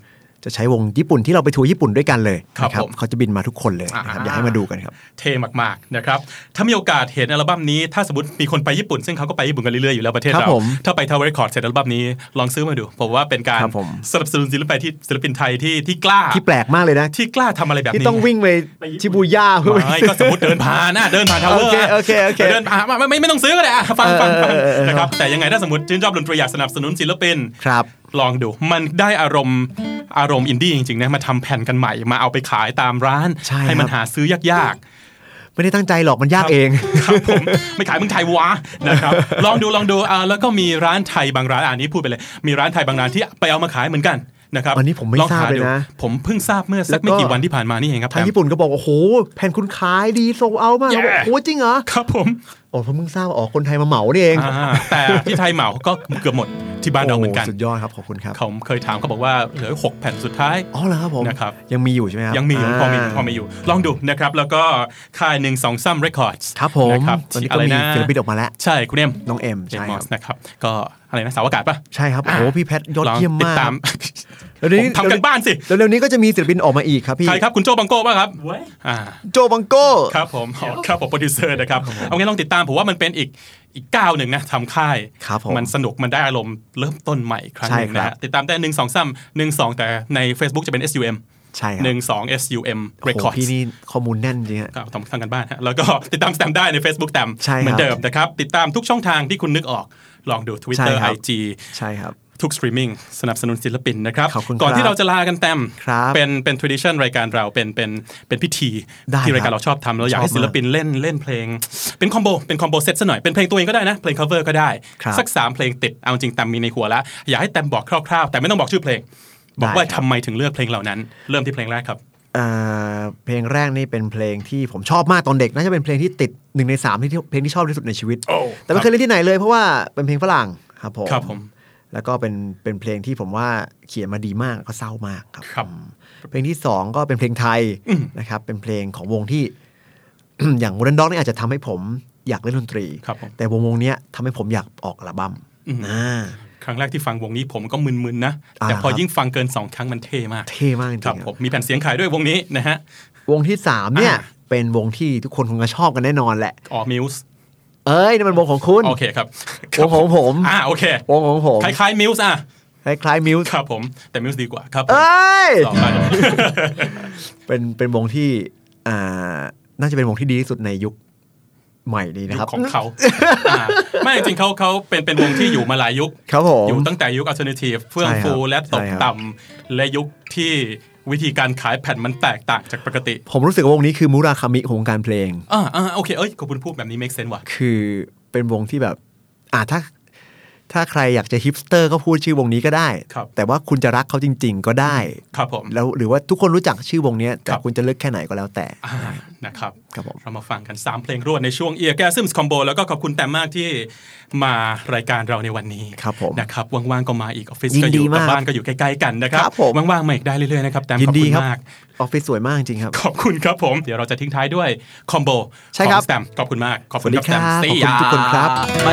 จะใช้วงญี่ปุ่นที่เราไปทัวร์ญี่ปุ่นด้วยกันเลยนะครับเขาจะบินมาทุกคนเลยนะครับอยากให้มาดูกันครับเท่มากๆนะครับถ้ามีโอกาสเห็นอัลบั้มนี้ถ้าสมมติมีคนไปญี่ปุ่นซึ่งเขาก็ไปญี่ปุ่นกันเรื่อยๆอยู่แล้วประเทศเราถ้าไปทาวเวอร์เรคคอร์ดเสร็จอัลบั้มนี้ลองซื้อมาดูผมว่าเป็นการสนับสนุนศิลปินที่ศิลปินไทยที่ที่กล้าที่แปลกมากเลยนะที่กล้าทำอะไรแบบนี้ที่ต้องวิ่งไปชิบูย่าเพื่อไม่ก็สมมติเดินผ่านนะเดินผ่านทาวเวอร์โอเคโอเคเดินผ่านไม่ไม่ไม่ต้องซื้อก็ได้ฟังฟังฟังนะครับแต่ยังไงถ้าสมมติชื่นชอบดนตรีอยากสนับสนุนศิลปินครับลองดูมันได้อารมณ์อารมณ์อินดี้จริงๆนะมาทำแผ่นกันใหม่มาเอาไปขายตามร้านให้มันหาซื้อยากๆไม่ได้ตั้งใจหรอกมันยากเองครับผมไม่ขายเมืองไทยวะนะครับลองดูลองดูอ่าแล้วก็มีร้านไทยบางร้านอันนี้พูดไปเลยมีร้านไทยบางร้านที่ไปเอามาขายเหมือนกันนะครับอันนี้ผมไม่ทราบเลยนะผมเพิ่งทราบเมื่อสักไม่กี่วันที่ผ่านมานี่เองครับทางญี่ปุ่นก็บอกโอ้โหแผ่นคุณขายดีโซลเอาท์มากโอ้โหจริงเหรอครับผมโอ้ผมเพิ่งทราบอ๋อคนไทยมาเหมานี่เองแต่ที่ไทยเหมาก็เกือบหมดที่บ้านเราเหมือนกันสุดยอดครับขอบคุณครับเขาเคยถามเขาบอกว่าเหลือหกแผ่นสุดท้ายอ๋อเหรอครับผมนะครับยังมีอยู่ใช่ไหมครับยังมีอยู่พอมีพอมีอยู่ลองดูนะครับแล้วก็ค่ายหนึ่งสองสาม Records ครับผมตอนนี้ก็มีศิลปินออกมาแล้วใช่คุณเอ็มน้องเอ็มใช่นะครับก็อะไรนะสาวอากาศป่ะใช่ครับโอ้พี่แพทยอดเยี่ยมมากแล้วนี้ทำกันบ้านสิแล้วเร็วนี้ก็จะมีศิลปินออกมาอีกครับพี่ใครครับคุณโจบังโก้ป่ะครับโจบังโก้ครับผมครับผมโปรดิวเซอร์นะครับเอางี้ลองติดตามผมว่ามันเป็นอีกอีกก้าวหนึ่งนะทำค่ายมันสนุกมันได้อารมณ์เริ่มต้นใหม่ครั้งนึงนะติดตามได้หนึ่งสองสามหนึ่งสองแต่ใน Facebook จะเป็น เอส ยู เอ็มใช่ครับหนึ่งสอง เอส ยู เอ็ม Records พี่นี่ข้อมูลแน่นจริงฮะทำทำกันบ้านฮะแล้วก็ติดตามแตมได้ใน Facebook แตมเหมือนเดิมนะครับติดตามทุกช่องทางที่คุณนึกออกลองดู Twitter ไอ จีใช่ครับทุกสตรีมมิ่งสนับสนุนศิลปินนะครับก่อนที่เราจะลากันแต้มเป็นเป็น tradition รายการเราเป็นเป็นเป็นพิธีที่รายการเราชอบทำเราอยากให้ศิลปินเล่นเล่นเพลงเป็นคอมโบเป็นคอมโบเซตซะหน่อยเป็นเพลงตัวเองก็ได้นะเพลง cover ก็ได้สักสามเพลงติดเอาจริงแต้มมีในหัวแล้วอยากให้แต้มบอกคร่าวๆแต่ไม่ต้องบอกชื่อเพลงบอกว่าทำไมถึงเลือกเพลงเหล่านั้นเริ่มที่เพลงแรกครับเพลงแรกนี่เป็นเพลงที่ผมชอบมากตอนเด็กน่าจะเป็นเพลงที่ติดหนึ่งในสามที่เพลงที่ชอบที่สุดในชีวิตแต่ไม่เคยเล่นที่ไหนเลยเพราะว่าเป็นเพลงฝรั่งครับผมครับผมแล้วก็เป็นเป็นเพลงที่ผมว่าเขียนมาดีมากก็เศร้ามากครับครับเพลงที่สองก็เป็นเพลงไทยนะครับเป็นเพลงของวงที่ อย่าง Modern Dog นี่อาจจะทำให้ผมอยากเล่นดนตรีแต่วงวงนี้ทำให้ผมอยากออกอัลบั้มครั้งแรกที่ฟังวงนี้ผมก็มึนๆนะแต่พอยิ่งฟังเกินสองครั้งมันเท่มากเท่มากจริงๆผมมีแผ่นเสียงขายด้วยวงนี้นะฮะวงที่สามเนี่ยเป็นวงที่ทุกคนคงจะชอบกันแน่นอนแหละอ๋อ Muse เอ้ยนี่มันวงของคุณโอเคครับวงของผมอ่าโอเควงของผมคล้ายๆ Muse อ่ะคล้ายๆ Muse ครับผมแต่ Muse ดีกว่าครับเอ้ยเป็นเป็นวงที่อ่าน่าจะเป็นวงที่ดีที่สุดในยุคใหม่นี้นะครับของเขาไม่จริงๆเขาเขาเป็นเป็นวงที่อยู่มาหลายยุคอยู่ตั้งแต่ยุค Alternative เฟื่องฟูและตกต่ำและยุคที่วิธีการขายแผ่นมันแตกต่างจากปกติผมรู้สึกว่าวงนี้คือมุราคามิของวงการเพลงอ่าอ่าโอเคเอ้ยคุณพูดแบบนี้ make sense ว่ะคือเป็นวงที่แบบอ่าถ้าถ้าใครอยากจะฮิปสเตอร์ก็พูดชื่อวงนี้ก็ได้แต่ว่าคุณจะรักเขาจริงๆก็ได้ครับผมแล้วหรือว่าทุกคนรู้จักชื่อวงนี้แต่คุณจะเลือกแค่ไหนก็แล้วแต่นะครับครับผมเรามาฟังกันสามเพลงรวดในช่วง Eargasms Combo แล้วก็ขอบคุณแต้มมากที่มารายการเราในวันนี้ครับผมนะครับว่างๆก็มาอีกออฟฟิศก็อยู่กับบ้านก็อยู่ใกล้ๆกันนะครับว่างๆมาอีกได้เรื่อยๆนะครับแต้มขอบคุณมากออฟฟิศสวยมากจริงครับขอบคุณครับผมเดี๋ยวเราจะทิ้งท้ายด้วยคอมโบของแต้มขอบคุณมากขอบคุณครับแต้มขอบคุณทุกคนครับไป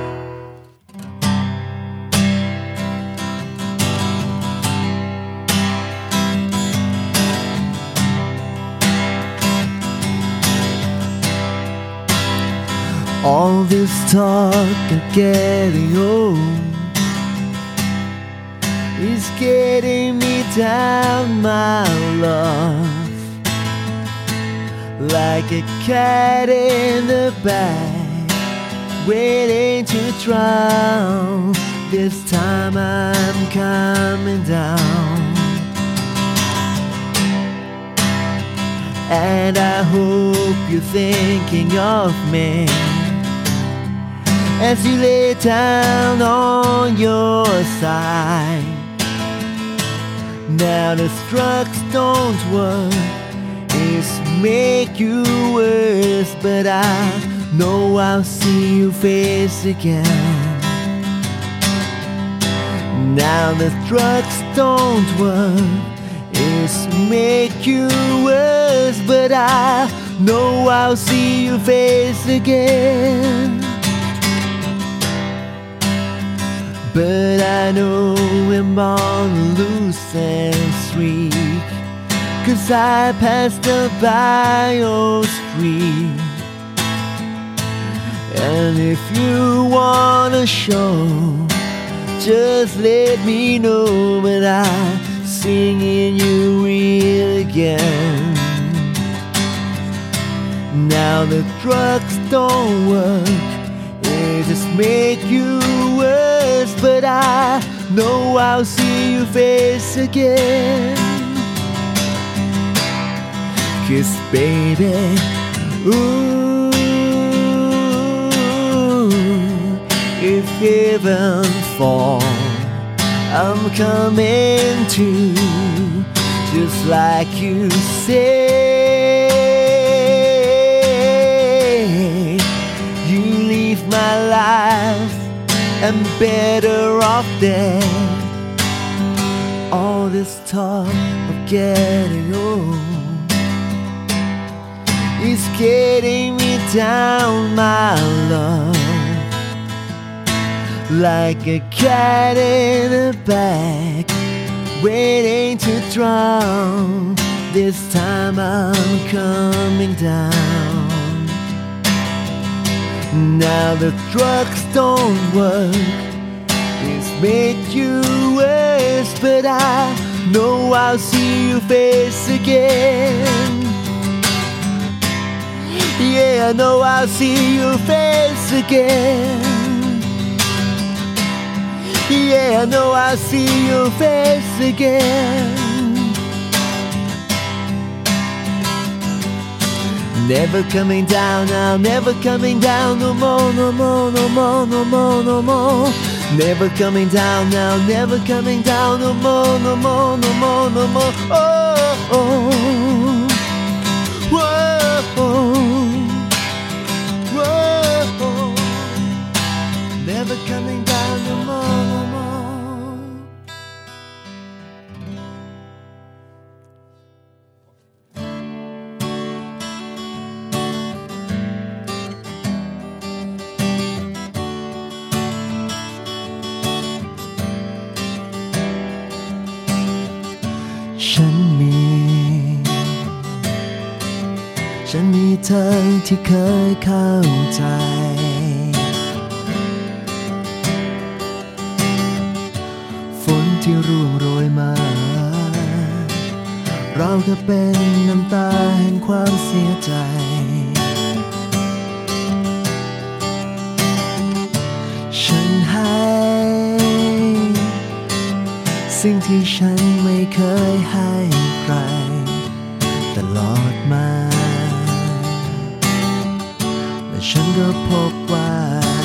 All this talk of getting old is getting me down, my love, like a cat in the bag, waiting to drown. This time I'm coming down, and I hope you're thinking of me.As you lay down on your side, now the drugs don't work, it's make you worse, but I know I'll see your face again. Now the drugs don't work, it's make you worse, but I know I'll see your face again.But I know I'm on the losing streak, 'cause I passed the bio streak. And if you wanna show, just let me know, but I'm singing you real again. Now the drugs don't work, they just make you worse, but I know I'll see your face again. 'Cause baby, ooh, if heaven fall, I'm coming to, just like you say. You leave my life, I'm better off dead. All this talk of getting old is getting me down, my love, like a cat in a bag, waiting to drown. This time I'm coming down. Now the drugs don't work, it's make you worse, but I know I'll see your face again. Yeah, I know I'll see your face again. Yeah, I know I'll see your face again. Never coming down now, never coming down no more, no more, no more, no more, no more. Never coming down now, never coming down no more, no more, no more, no more. Oh, oh, whoa, whoa. Never coming down no more, no more. ฉันมีฉันมีเธอที่เคยเข้าใจฝนที่ร่วงโรยมาเราก็เป็นน้ำตาแห่งความเสียใจฉันให้สิ่งที่ฉันไม่เคยให้ใครตลอดมาและฉันก็พบว่า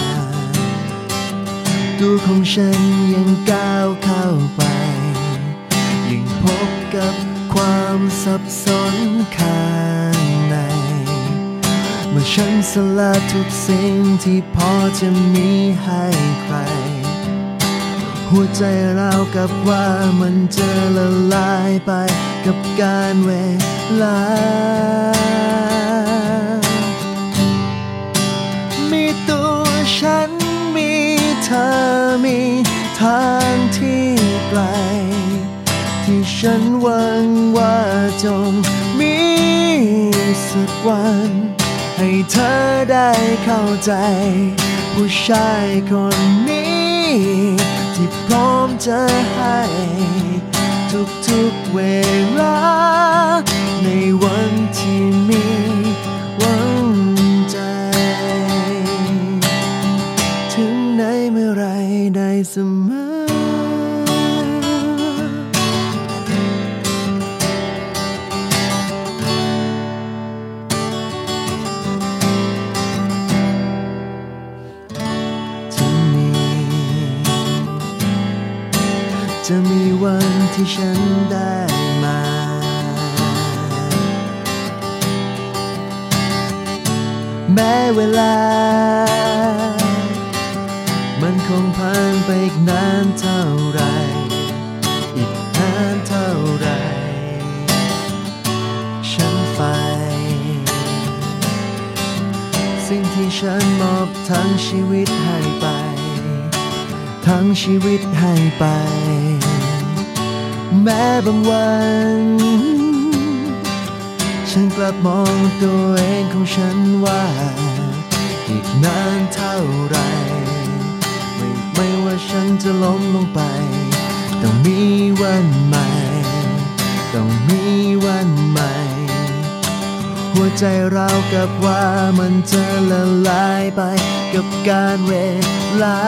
ตัวของฉันยังก้าวเข้าไปยิ่งพบกับความสับสนข้างในเมื่อฉันสละทุกสิ่งที่พอจะมีให้ใครหัวใจเรากับว่ามันจะละลายไปกับการเวลามีตัวฉันมีเธอมีทางที่ไกลที่ฉันหวังว่าจงมีสักวันให้เธอได้เข้าใจผู้ชายคนนี้ที่พร้อมจะให้ทุกๆเวลาในวันที่มีหวังใจถึงไหนเมื่อไรได้เสมอจะมีวันที่ฉันได้มาแม้เวลามันคงผ่านไปอีกนานเท่าไรอีกนานเท่าไรฉันไปสิ่งที่ฉันมอบทั้งชีวิตให้ไปทั้งชีวิตให้ไปแม้บางวันฉันกลับมองตัวเองของฉันว่าอีกนานเท่าไรไม่ไม่ว่าฉันจะล้มลงไปต้องมีวันใหม่ต้องมีวันใหม่หัวใจเรากับว่ามันจะละลายไปกับการเวลา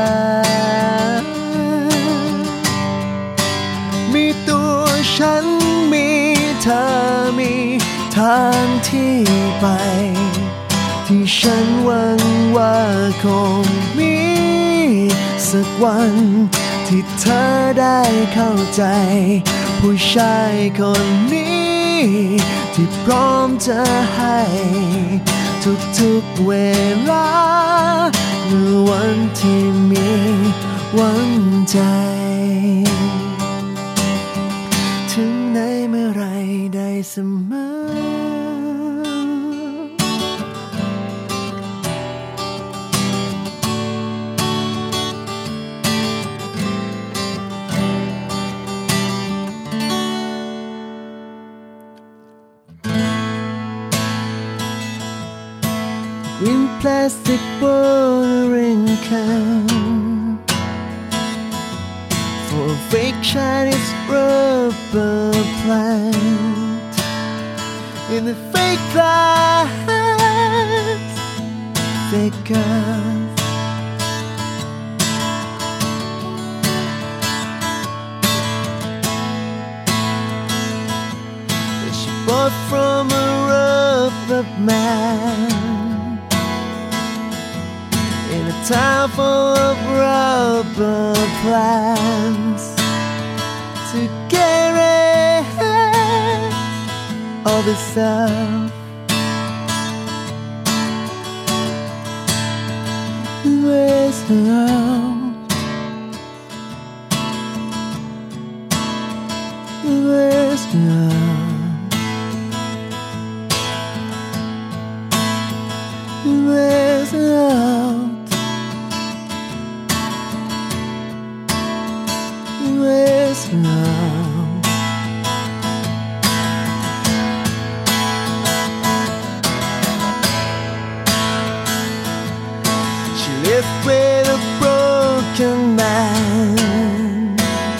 มีตัวฉันมีเธอมีทางที่ไปที่ฉันหวังว่าคงมีสักวันที่เธอได้เข้าใจผู้ชายคนนี้ที่พร้อมจะให้ทุกๆเวลาเมื่อวันที่มีหวังใจถึงไหนเมื่อไรได้เสมอGreen plastic watering can for a fake Chinese rubber plant in the fake glass, fake girls. That she bought from a rubber man.In a town full of rubber plants to get rid of itself. Where's around? Where's around?Where's around?Where's around? She lived with a broken man,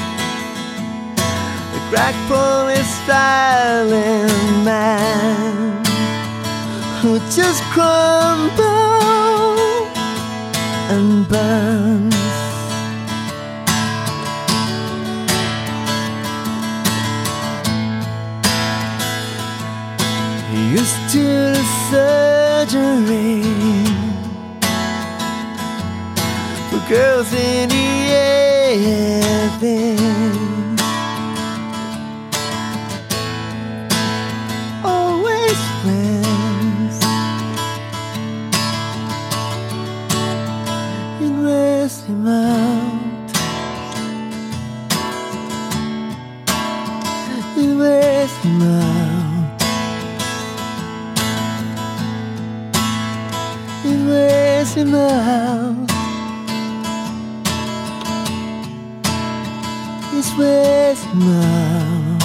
a crack polystyrene man who just crumbled and burns.He used to do surgery for girls in the heaven. Always wears and wears him out. And wears him out.It wears him out. It wears him out.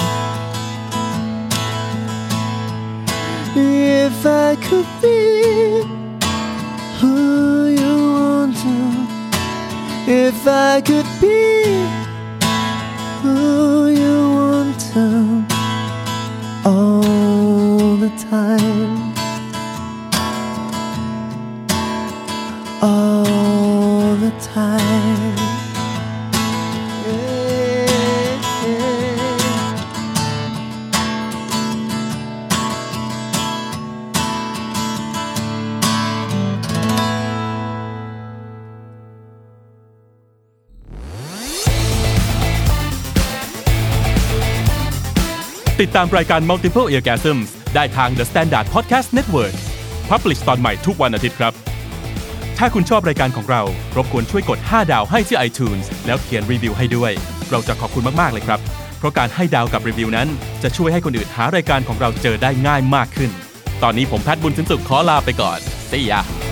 If I could be who you want to, if I could be who you want to, all the time.All the time. Yeah, yeah. .ติดตามรายการ Multiple Orgasms ได้ทาง The Standard Podcast Network Publish ตอนใหม่ทุกวันอาทิตย์ครับถ้าคุณชอบรายการของเรารบกวนช่วยกดห้าดาวให้ที่ iTunes แล้วเขียนรีวิวให้ด้วยเราจะขอบคุณมากๆเลยครับเพราะการให้ดาวกับรีวิวนั้นจะช่วยให้คนอื่นหารายการของเราเจอได้ง่ายมากขึ้นตอนนี้ผมแพทย์บุญสินสุขขอลาไปก่อน See ya